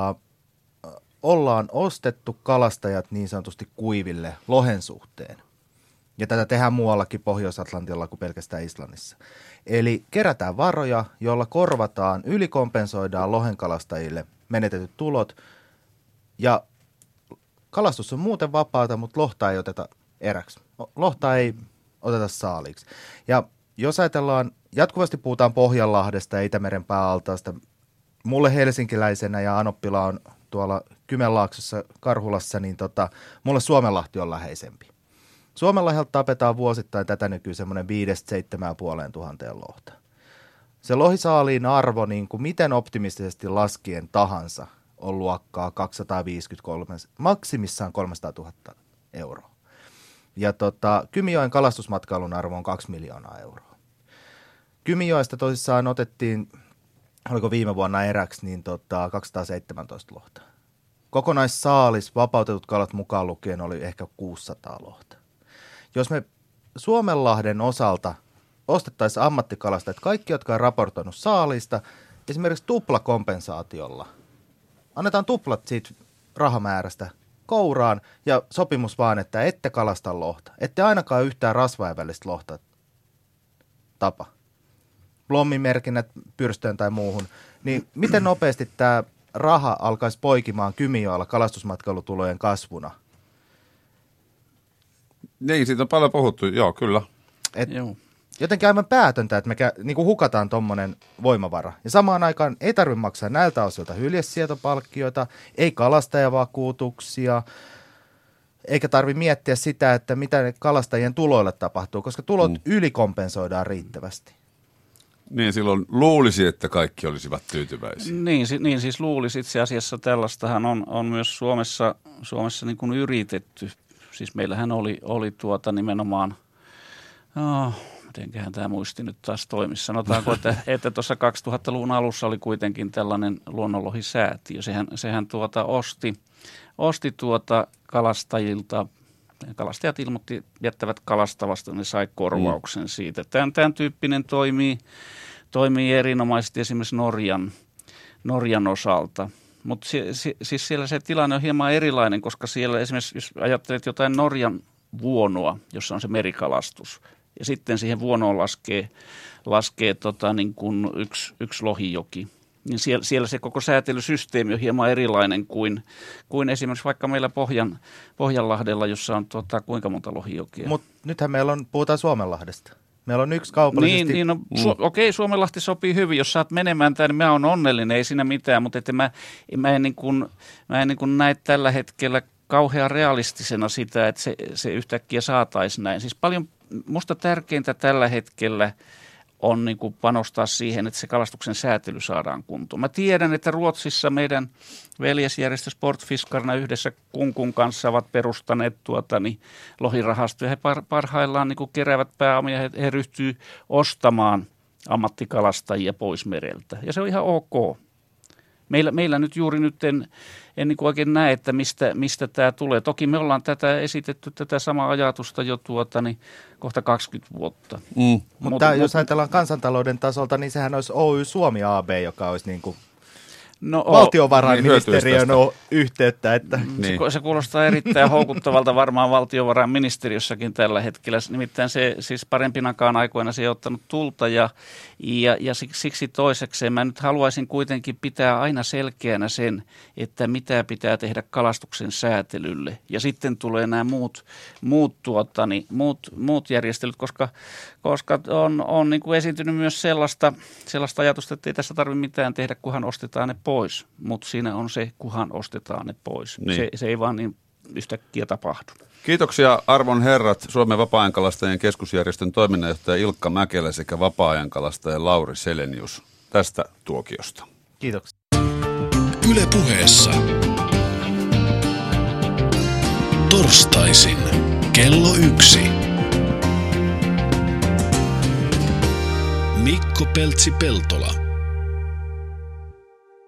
ollaan ostettu kalastajat niin sanotusti kuiville lohen suhteen. Ja tätä tehdään muuallakin Pohjois-Atlantilla kuin pelkästään Islannissa. Eli kerätään varoja, joilla korvataan, ylikompensoidaan lohenkalastajille menetetyt tulot. Ja kalastus on muuten vapaata, mutta lohta ei oteta eräksi. Lohta ei oteta saaliiksi. Ja jos ajatellaan, jatkuvasti puhutaan Pohjanlahdesta ja Itämeren pääaltaasta. Mulle helsinkiläisenä ja Anoppila on tuolla Kymenlaaksossa Karhulassa, niin mulle Suomenlahti on läheisempi. Suomenlahdelta tapetaan vuosittain tätä nykyään semmoinen 5,000–7,500 lohta. Se lohisaaliin arvo, niin kuin miten optimistisesti laskien tahansa, on luokkaa 253, maksimissaan 300 000 euroa. Ja Kymijoen kalastusmatkailun arvo on 2 miljoonaa euroa. Kymijoesta tosissaan otettiin, oliko viime vuonna eräksi, niin 217 lohta. Kokonaissaalis, vapautetut kalat mukaan lukien, oli ehkä 600 lohta. Jos me Suomenlahden osalta ostettaisiin ammattikalastajat, kaikki, jotka on raportoinut saalista, esimerkiksi tuplakompensaatiolla, annetaan tuplat siitä rahamäärästä kouraan ja sopimus vaan, että ette kalasta lohta, ette ainakaan yhtään rasvain välistä lohta tapa. Plommimerkinnät pyrstöön tai muuhun, niin miten nopeasti tämä raha alkaisi poikimaan Kymijoella kalastusmatkailutulojen kasvuna? Niin, siitä on paljon puhuttu, joo, kyllä. Jotenkin aivan päätöntä, että me niinku hukataan tommonen voimavara. Ja samaan aikaan ei tarvitse maksaa näiltä osilta hyljesietopalkkioita, ei kalastajavakuutuksia, eikä tarvitse miettiä sitä, että mitä kalastajien tuloille tapahtuu, koska tulot ylikompensoidaan riittävästi. Niin, silloin luulisi, että kaikki olisivat tyytyväisiä. Niin siis luulisi. Itse asiassa tällaistahan on myös Suomessa niin kuin yritetty. Siis meillähän oli nimenomaan, mitenköhän tämä muisti nyt taas toimi. Sanotaanko, että tuossa 2000-luvun alussa oli kuitenkin tällainen luonnonlohisäätiö. Sehän osti kalastajilta. Kalastajat jättävät kalastavasta, ne sai korvauksen siitä. Tämän tyyppinen toimii erinomaisesti esimerkiksi Norjan osalta. Mutta siis siellä se tilanne on hieman erilainen, koska siellä esimerkiksi, jos ajattelet jotain Norjan vuonoa, jossa on se merikalastus, ja sitten siihen vuonoon laskee niin kuin yksi lohijoki, niin siellä se koko säätelysysteemi on hieman erilainen kuin esimerkiksi vaikka meillä Pohjanlahdella, jossa on kuinka monta lohijokia. Mutta nythän puhutaan Suomenlahdesta. Meillä on yksi kaupallisesti... Niin, no, okei, Suomenlahti sopii hyvin. Jos saat menemään tänne, niin mä oon onnellinen, ei siinä mitään, mutta että mä en niin kuin näe tällä hetkellä kauhean realistisena sitä, että se yhtäkkiä saataisiin näin. Siis paljon musta tärkeintä tällä hetkellä on niin kuin panostaa siihen, että se kalastuksen säätely saadaan kuntoon. Mä tiedän, että Ruotsissa meidän veljesjärjestö Sportfiskarna yhdessä Kunkun kanssa ovat perustaneet lohirahastoja. He parhaillaan niin kuin keräävät pääomia, he ryhtyy ostamaan ammattikalastajia pois mereltä. Ja se on ihan ok. Meillä nyt juuri nyt en niin kuin oikein näe, että mistä tämä tulee. Toki me ollaan esitetty tätä samaa ajatusta jo kohta 20 vuotta. Mutta jos ajatellaan kansantalouden tasolta, niin sehän olisi Oy Suomi AB, joka olisi niin kuin valtiovarainministeriön yhteyttä. Että. Niin. Se kuulostaa erittäin houkuttavalta varmaan valtiovarainministeriössäkin tällä hetkellä. Nimittäin se siis parempinakaan aikoina se ei ottanut tulta ja siksi toisekseen mä nyt haluaisin kuitenkin pitää aina selkeänä sen, että mitä pitää tehdä kalastuksen säätelylle. Ja sitten tulee nämä muut järjestelyt, koska on niin kuin esiintynyt myös sellaista ajatusta, että ei tässä tarvitse mitään tehdä, kunhan ostetaan ne pois. Mutta siinä on se, kunhan ostetaan ne pois. Niin. Se ei vaan niin yhtäkkiä tapahdu. Kiitoksia arvon herrat, Suomen vapaa-ajankalastajien keskusjärjestön toiminnanjohtaja Ilkka Mäkelä sekä vapaa-ajankalastaja Lauri Selenius tästä tuokiosta. Kiitoksia. Yle Puheessa. Torstaisin kello 1. Mikko Peltsi-Peltola.